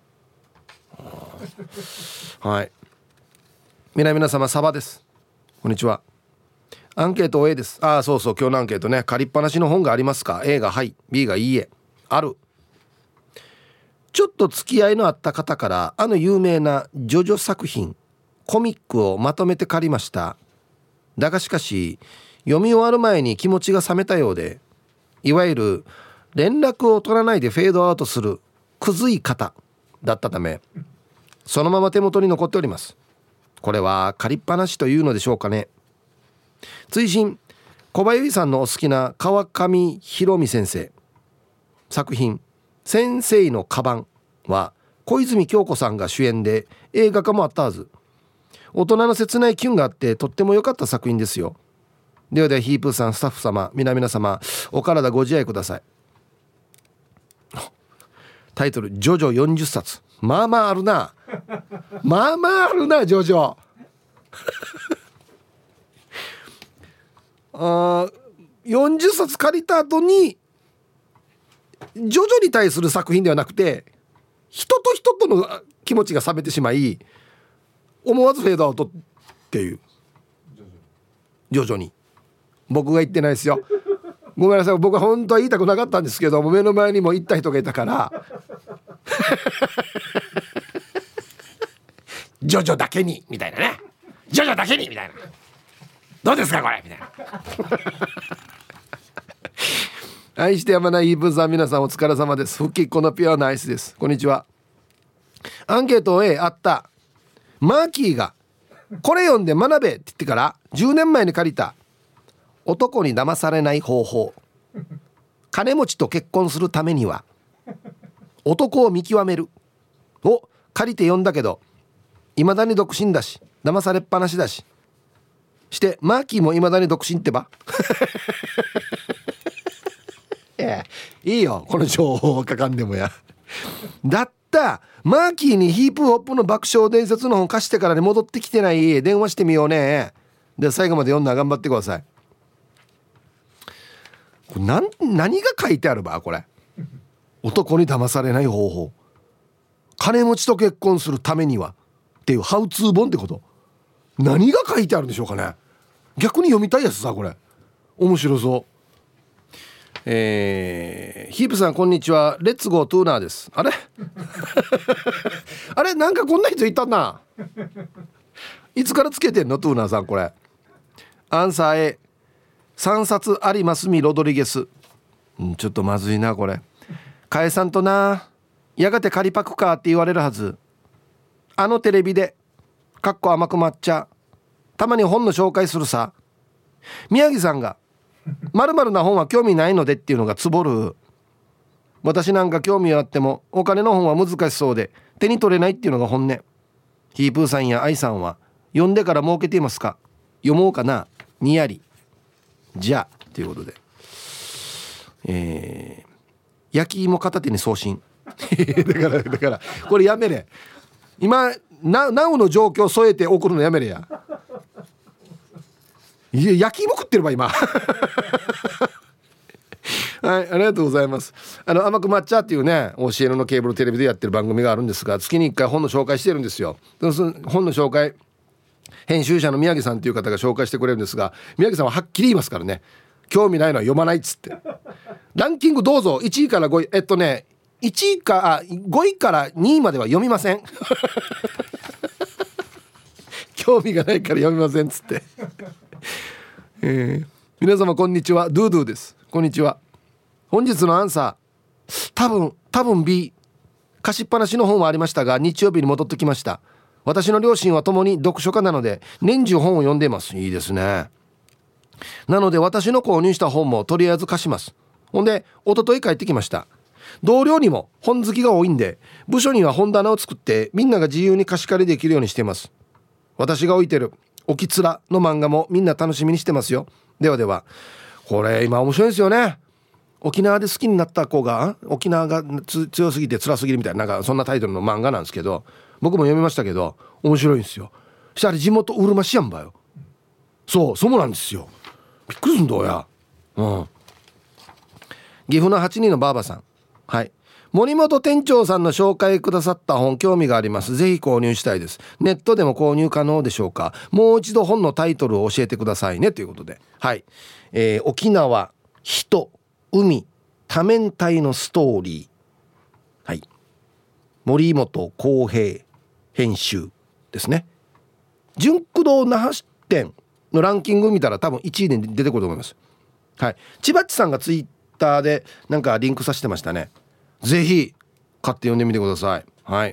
Speaker 1: はい、皆様サバです。こんにちは。アンケート A です。そうそう、今日のアンケートね。借りっぱなしの本がありますか？ A がはい、 B がいいえ。ある。ちょっと付き合いのあった方から有名なジョジョ作品コミックをまとめて借りました。だがしかし読み終わる前に気持ちが冷めたようで、いわゆる連絡を取らないでフェードアウトするくずい方だったため、そのまま手元に残っております。これは借りっぱなしというのでしょうかね。追伸、小林さんのお好きな川上博美先生作品先生のカバンは小泉京子さんが主演で映画化もあったはず。大人の切ないキュンがあってとっても良かった作品ですよ。ではヒープーさん、スタッフ様、皆様お体ご自愛ください。タイトルジョジョ40冊。まあまああるなまあまああるなジョジョ40冊借りた後にジョジョに対する作品ではなくて、人と人との気持ちが冷めてしまい思わずフェードアウトっていう。ジョジョに僕が言ってないですよ、ごめんなさい。僕は本当は言いたくなかったんですけど、目の前にも行った人がいたからジョジョだけにみたいなね、ジョジョだけにみたいな、どうですかこれみたいな愛してやまないイーブンさん、皆さんお疲れ様です。復帰っ子のピュアなアイスです。こんにちは。アンケート A あった。マーキーがこれ読んで学べって言ってから10年前に借りた男に騙されない方法、金持ちと結婚するためには男を見極めるを借りて読んだけど、未だに独身だし騙されっぱなしだししてマーキーも未だに独身ってばいいよこの情報は書かんでもやだったマーキーにヒープホップの爆笑伝説の本貸してからに戻ってきてない。電話してみようね。で最後まで読んだら頑張ってください。これ何が書いてあるばこれ。男に騙されない方法、金持ちと結婚するためにはっていうハウツー本ってこと。何が書いてあるんでしょうかね。逆に読みたいやつさ、これ面白そう。ヒープさんこんにちは。レッツゴートゥーナーです。あれあれなんかこんな人いたな。いつからつけてんのトゥーナーさん。これアンサー A、 3冊ありますみロドリゲス、ちょっとまずいなこれ。返さんとな、やがて仮パクかって言われるはず。テレビでかっこ甘く抹茶たまに本の紹介するさ。宮城さんが〇〇な本は興味ないのでっていうのがつぼる。私なんか興味はあってもお金の本は難しそうで手に取れないっていうのが本音。ヒープーさんやアイさんは読んでから儲けていますか？読もうかな、にやり。じゃあということで、焼き芋片手に送信だからこれやめれ。今なおの状況添えて送るのやめれや。いや焼き芋食ってれば今はい、ありがとうございます。甘く抹茶っていうね、教えのケーブルテレビでやってる番組があるんですが、月に1回本の紹介してるんですよ。本の紹介、編集者の宮城さんという方が紹介してくれるんですが、宮城さんははっきり言いますからね、興味ないのは読まないっつって。ランキングどうぞ。1位から5位、1位か5位から2位までは読みません興味がないから読みませんっつって皆様こんにちは、ドゥドゥです。こんにちは。本日のアンサー、多分 B、 貸しっぱなしの本はありましたが日曜日に戻ってきました。私の両親はともに読書家なので年中本を読んでいます。いいですね。なので私の購入した本もとりあえず貸します。ほんで一昨日帰ってきました。 同僚にも本好きが多いんで、部署には本棚を作ってみんなが自由に貸し借りできるようにしています。私が置いてる沖つらの漫画もみんな楽しみにしてますよ。ではでは。これ今面白いですよね。沖縄で好きになった子が沖縄が強すぎて辛すぎるみたいな、なんかそんなタイトルの漫画なんですけど、僕も読みましたけど面白いんですよ。したら地元うるま市やんばよ。そうなんですよ。びっくりすんだや。岐阜の8人のばあばさん、はい、森本店長さんの紹介くださった本興味があります。ぜひ購入したいです。ネットでも購入可能でしょうか。もう一度本のタイトルを教えてくださいねということで、はい、沖縄人海多面体のストーリー、はい、森本浩平編集ですね。純駆動那覇支店のランキング見たら多分1位で出てくると思います。はい、千葉っちさんがツイッターでなんかリンクさせてましたね。ぜひ買って読んでみてください。はい、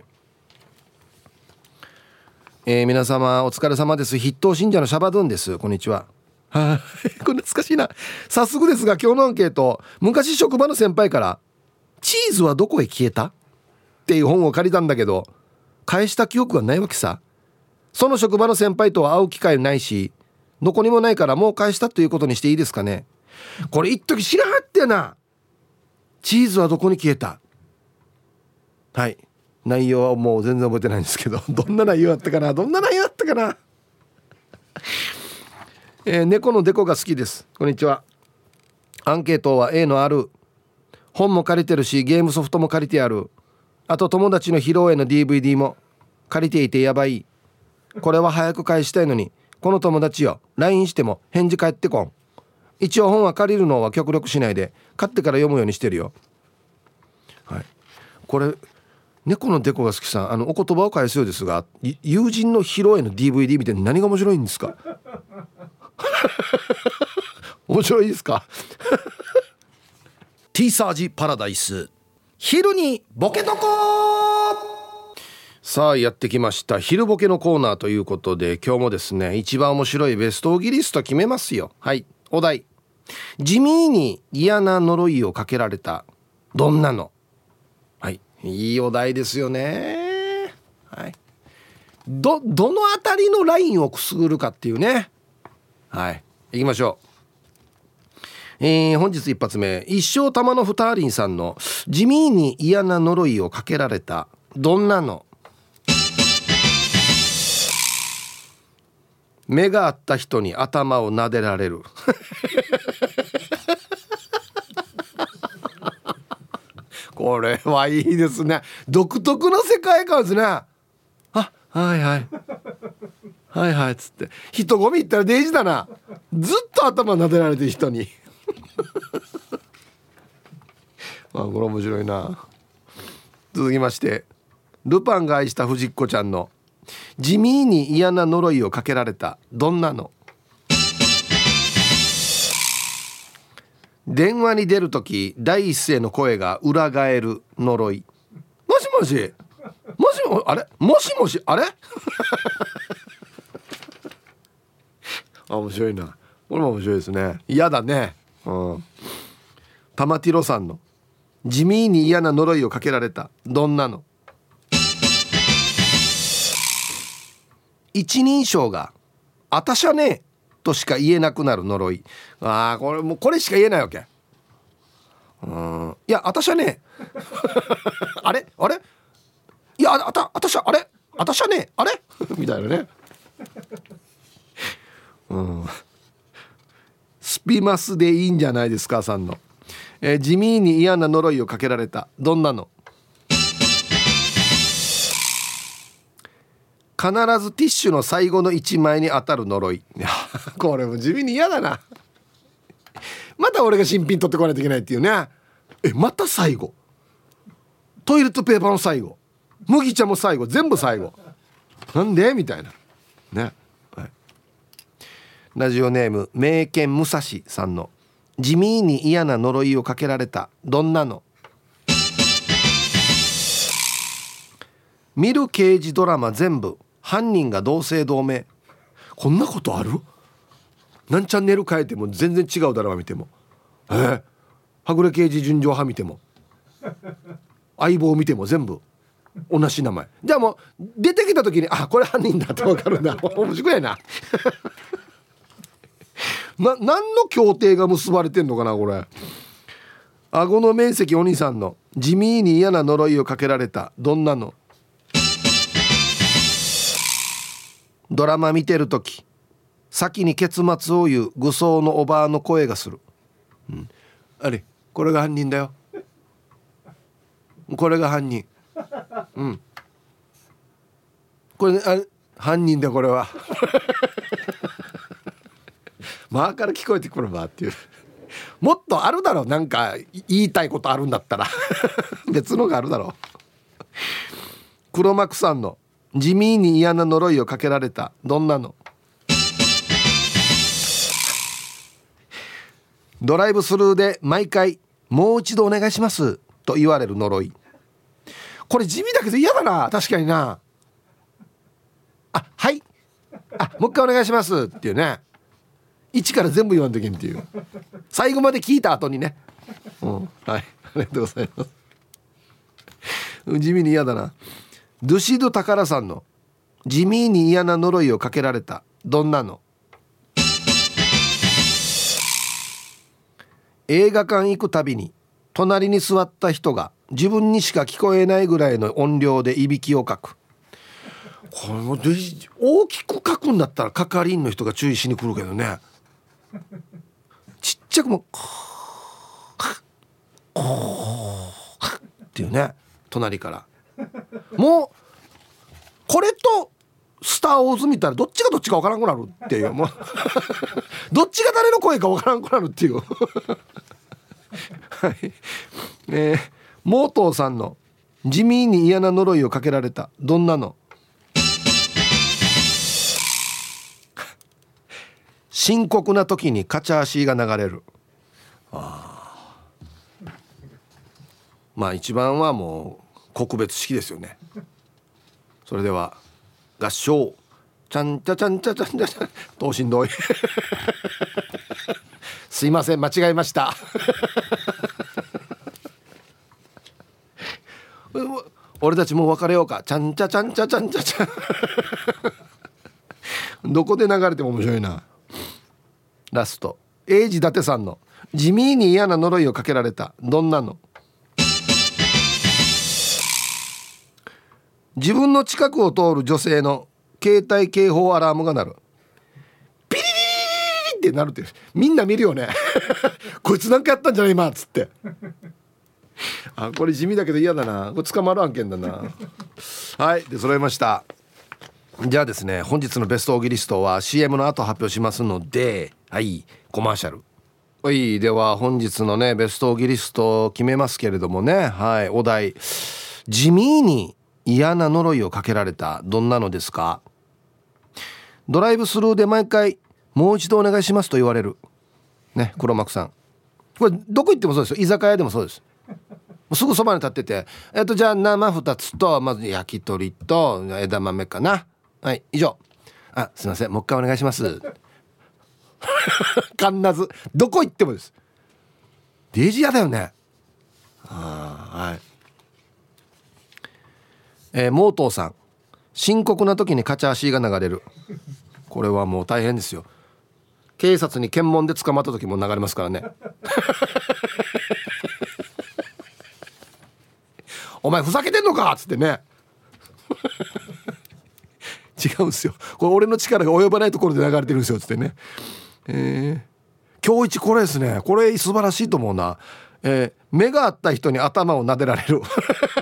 Speaker 1: 皆様お疲れ様です。筆頭信者のシャバドゥンです。こんにちは。はい、これ懐かしいな。早速ですが今日のアンケート、昔職場の先輩からチーズはどこへ消えたっていう本を借りたんだけど返した記憶がないわけさ。その職場の先輩とは会う機会ないしどこにもないからもう返したということにしていいですかね。これ一時知らはってな。チーズはどこに消えた。はい、内容はもう全然覚えてないんですけどどんな内容だったかな。猫のデコが好きです。こんにちは。アンケートは A のある。本も借りてるしゲームソフトも借りてある。あと友達の披露宴の DVD も借りていてやばい。これは早く返したいのにこの友達よ LINE しても返事返ってこん。一応本は借りるのは極力しないで買ってから読むようにしてるよ。はい、これ猫のデコが好きさん、お言葉を返すようですが、友人の披露宴の DVD 見て何が面白いんですか面白いですかティーサージパラダイス、昼にボケとこ。さあやってきました昼ボケのコーナーということで、今日もですね一番面白いベストオギリスト決めますよ。はい、お題、地味に嫌な呪いをかけられたどんなの。はい、いいお題ですよね。はい、どのあたりのラインをくすぐるかっていうね。はい、行きましょう。本日一発目、一生玉のふたりんさんの地味に嫌な呪いをかけられたどんなの。目が合った人に頭を撫でられるこれはいいですね。独特の世界観ですね。あ、はいはいはいはいっつって人混み行ったらデイジだな。ずっと頭撫でられてる人にあ、これ面白いな。続きまして、ルパンが愛した藤子ちゃんの地味に嫌な呪いをかけられたどんなの。電話に出るとき第一声の声が裏返る呪い。もしもしもしもあれもしもしあれあ、面白いな。これも面白いですね。嫌だね。玉ティロさんの地味に嫌な呪いをかけられたどんなの。一人称があたしゃねえとしか言えなくなる呪い。ああ、これもうこれしか言えないわけ。いやあたしゃねえあれいやあたしゃあれあたしゃねえあれみたいなね。スピマスでいいんじゃないですかさんの、地味に嫌な呪いをかけられたどんなの。必ずティッシュの最後の1枚に当たる呪い。これも地味に嫌だな。また俺が新品取ってこないといけないっていうね。また最後、トイレットペーパーの最後、麦茶も最後、全部最後なんでみたいなね。はい、ラジオネーム名犬武蔵さんの地味に嫌な呪いをかけられたどんなの。見る刑事ドラマ全部犯人が同姓同名。こんなことある？何チャンネル変えても全然違うドラマ見ても、はぐれ刑事純情派見ても相棒を見ても全部同じ名前。じゃあもう出てきた時にこれ犯人だって分かるんだ。面白いな。何の協定が結ばれてんのかなこれ。顎の面積お兄さんの地味に嫌な呪いをかけられたどんなの。ドラマ見てるとき先に結末を言う愚僧のおばあの声がする、あれこれが犯人だよ、これが犯人、これ、犯人だよこれは。間から聞こえてくるわっていう。もっとあるだろう、なんか言いたいことあるんだったら。別のがあるだろう。黒幕さんの地味に嫌な呪いをかけられたどんなの。ドライブスルーで毎回もう一度お願いしますと言われる呪い。これ地味だけど嫌だな。確かにな。はい、もう一回お願いしますっていうね。一から全部言わんときんっていう。最後まで聞いた後にね。はい、ありがとうございます。地味に嫌だな。ドゥシド宝さんの地味に嫌な呪いをかけられたどんなの。映画館行くたびに隣に座った人が自分にしか聞こえないぐらいの音量でいびきをかく。これも大きく書くんだったら係員の人が注意しに来るけどね。ちっちゃくもっていうね、隣からもうこれとスター・ウォーズ見たらどっちがどっちか分からんくなるっていう、もうどっちが誰の声か分からんくなるっていう。はい、モートーさんの地味に嫌な呪いをかけられたどんなの。深刻な時にカチャーシーが流れる。まあ一番はもう告別式ですよね。それでは合唱ちゃんちゃちゃんちゃちゃんちゃちゃん等身同意。すいません間違えました。俺たちもう別れようか。ちゃんちゃちゃんちゃちゃんちゃちゃん。どこで流れても面白いな。ラストエイジ伊達さんの地味に嫌な呪いをかけられたどんなの。自分の近くを通る女性の携帯警報アラームが鳴る。ピリリリリリってなるってみんな見るよね。こいつなんかやったんじゃない今っつって。これ地味だけど嫌だな。これ捕まる案件だな。はいで揃いました。じゃあですね、本日のベストオーギリストは CM の後発表しますので、はいコマーシャル。はい、では本日のねベストオーギリストを決めますけれどもね、はい、お題地味に嫌な呪いをかけられたどんなのですか。ドライブスルーで毎回もう一度お願いしますと言われるね。黒幕さん、これどこ行ってもそうですよ。居酒屋でもそうです。すぐそばに立っててじゃあ生2つとまず焼き鳥と枝豆かな。はい以上。すいませんもう一回お願いします。必ずどこ行ってもです。デジ屋だよね。はい。モートーさん深刻な時にカチャーシーが流れる。これはもう大変ですよ。警察に検問で捕まった時も流れますからね。お前ふざけてんのかっつってね。違うんですよ、これ俺の力が及ばないところで流れてるんですよつってね。今日一これですね。これ素晴らしいと思うな。目が合った人に頭を撫でられる。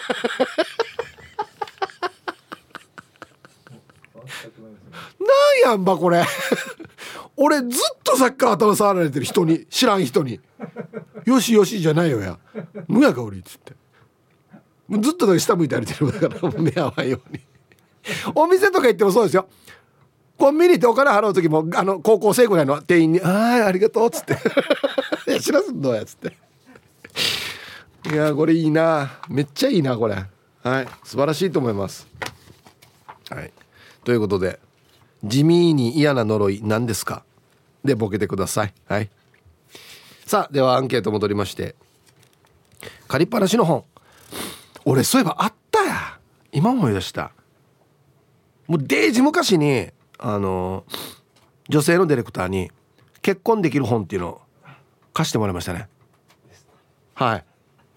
Speaker 1: なんやんばこれ。俺ずっとさっきから頭触られてる人に、知らん人によしよしじゃないよやむやかおりっつってずっと下向いて歩いてる。だから目合わんように。お店とか行ってもそうですよ。コンビニってお金払う時も高校生ぐらいの店員にありがとうっつっていや知らすんどうやっつって。いやこれいいな、めっちゃいいなこれ。はい素晴らしいと思います。はいということで地味に嫌な呪い何ですかでボケてください。はいさあではアンケート戻りまして、 借りっぱなしの本、俺そういえばあったや、今思い出した。もうデージ昔に女性のディレクターに結婚できる本っていうのを貸してもらいましたね。はい。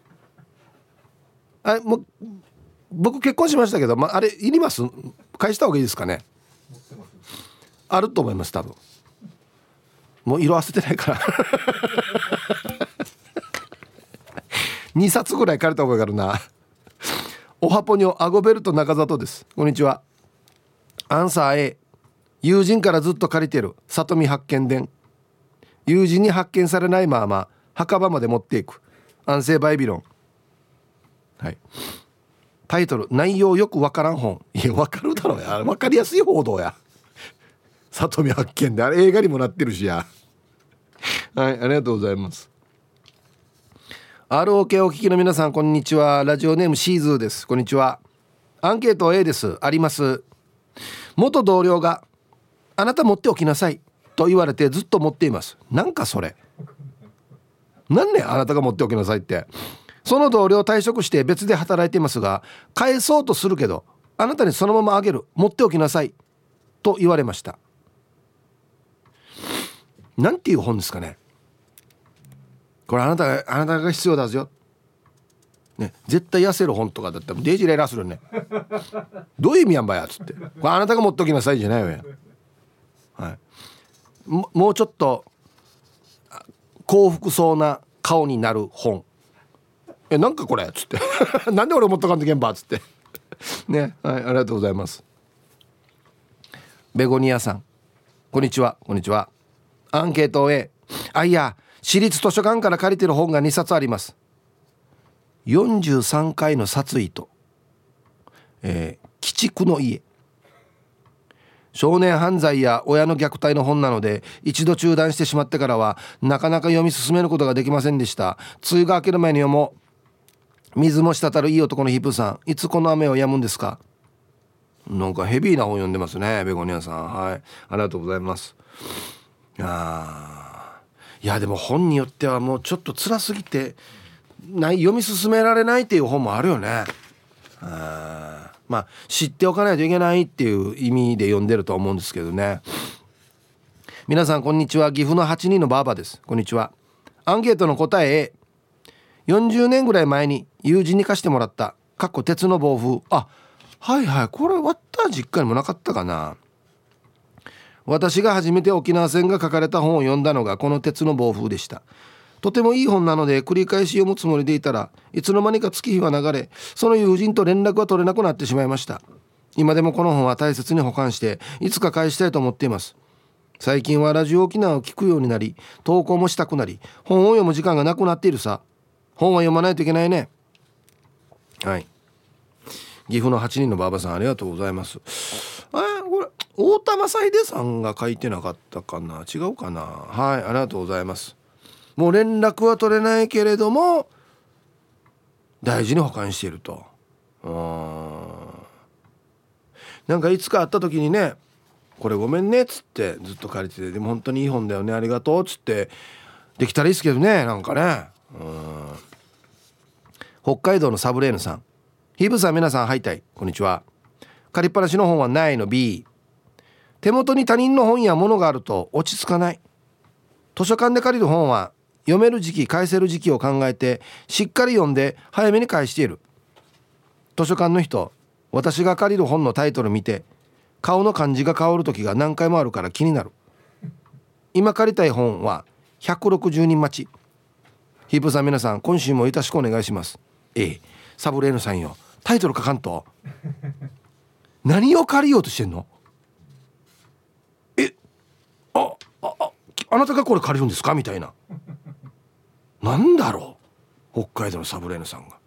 Speaker 1: あれもう僕結婚しましたけど、あれいります？返した方がいいですかね。あると思います多分。もう色あせてないから2冊ぐらい借りた方がいいからな。おはぽにょアゴベルト中里です。こんにちは。アンサー A、 友人からずっと借りてる里見発見伝。友人に発見されないまま墓場まで持っていく安静バイビロン。はい。タイトル、内容よくわからん本。いやわかるだろうや、わかりやすい報道や。里見発見であれ映画にもなってるしや。はい、ありがとうございます。 ROK お聞きの皆さんこんにちは。ラジオネームシーズーです。こんにちは。アンケート A です。あります。元同僚があなた持っておきなさいと言われてずっと持っています。なんかそれなんね、あなたが持っておきなさいって。その同僚退職して別で働いていますが、返そうとするけどあなたにそのままあげる、持っておきなさいと言われました。なんていう本ですかねこれ。あなたが必要だぞ、ね、絶対痩せる本とかだったらデージレラするね。どういう意味やんばやつって、これあなたが持っておきなさいじゃないわや、はい、もうちょっと幸福そうな顔になる本。なんかこれつってなんで俺持っとかんとけんばつってね、はい、ありがとうございます。ベゴニアさんこんにちは。こんにちは。アンケート A、 いや私立図書館から借りてる本が2冊あります。43回の殺意と、鬼畜の家、少年犯罪や親の虐待の本なので一度中断してしまってからはなかなか読み進めることができませんでした。梅雨が明ける前に読もう。水も滴るいい男のヒップさん、いつこの雨を止むんですか。なんかヘビーな本読んでますね、ベゴニアさん。はい、ありがとうございます。いやでも本によってはもうちょっと辛すぎて読み進められないっていう本もあるよね。まあ知っておかないといけないっていう意味で読んでると思うんですけどね。皆さんこんにちは。岐阜の8人のバーバです。こんにちは。アンケートの答え A、40年ぐらい前に友人に貸してもらった鉄の暴風。はいはい、これ割った実家にもなかったかな。私が初めて沖縄戦が書かれた本を読んだのがこの鉄の暴風でした。とてもいい本なので繰り返し読むつもりでいたらいつの間にか月日は流れ、その友人と連絡が取れなくなってしまいました。今でもこの本は大切に保管していつか返したいと思っています。最近はラジオ沖縄を聞くようになり投稿もしたくなり本を読む時間がなくなっているさ。本は読まないといけないね。はい、岐阜の8人のバーバさんありがとうございます。これ太田正秀さんが書いてなかったかな、違うかな。はい、ありがとうございます。もう連絡は取れないけれども大事に保管していると。なんかいつか会った時にね、これごめんねっつってずっと借りてて、でも本当にいい本だよねありがとうっつってできたらいいですけどね。なんかね。北海道のサブレーヌさん、ヒブさん皆さんハイタイこんにちは。借りっぱなしの本はないの B。 手元に他人の本や物があると落ち着かない。図書館で借りる本は読める時期返せる時期を考えてしっかり読んで早めに返している。図書館の人、私が借りる本のタイトル見て顔の感じが変わる時が何回もあるから気になる。今借りたい本は160人待ち。ヒープさん皆さん今週もよろしくお願いします。サブレーヌさんよ、タイトル書かんと何を借りようとしてんの。あなたがこれ借りるんですかみたいな。なんだろう、北海道のサブレーヌさんが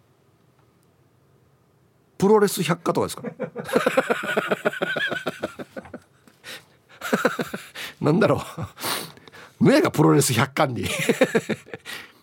Speaker 1: プロレス百科とかですかなんだろう、上がプロレス百科に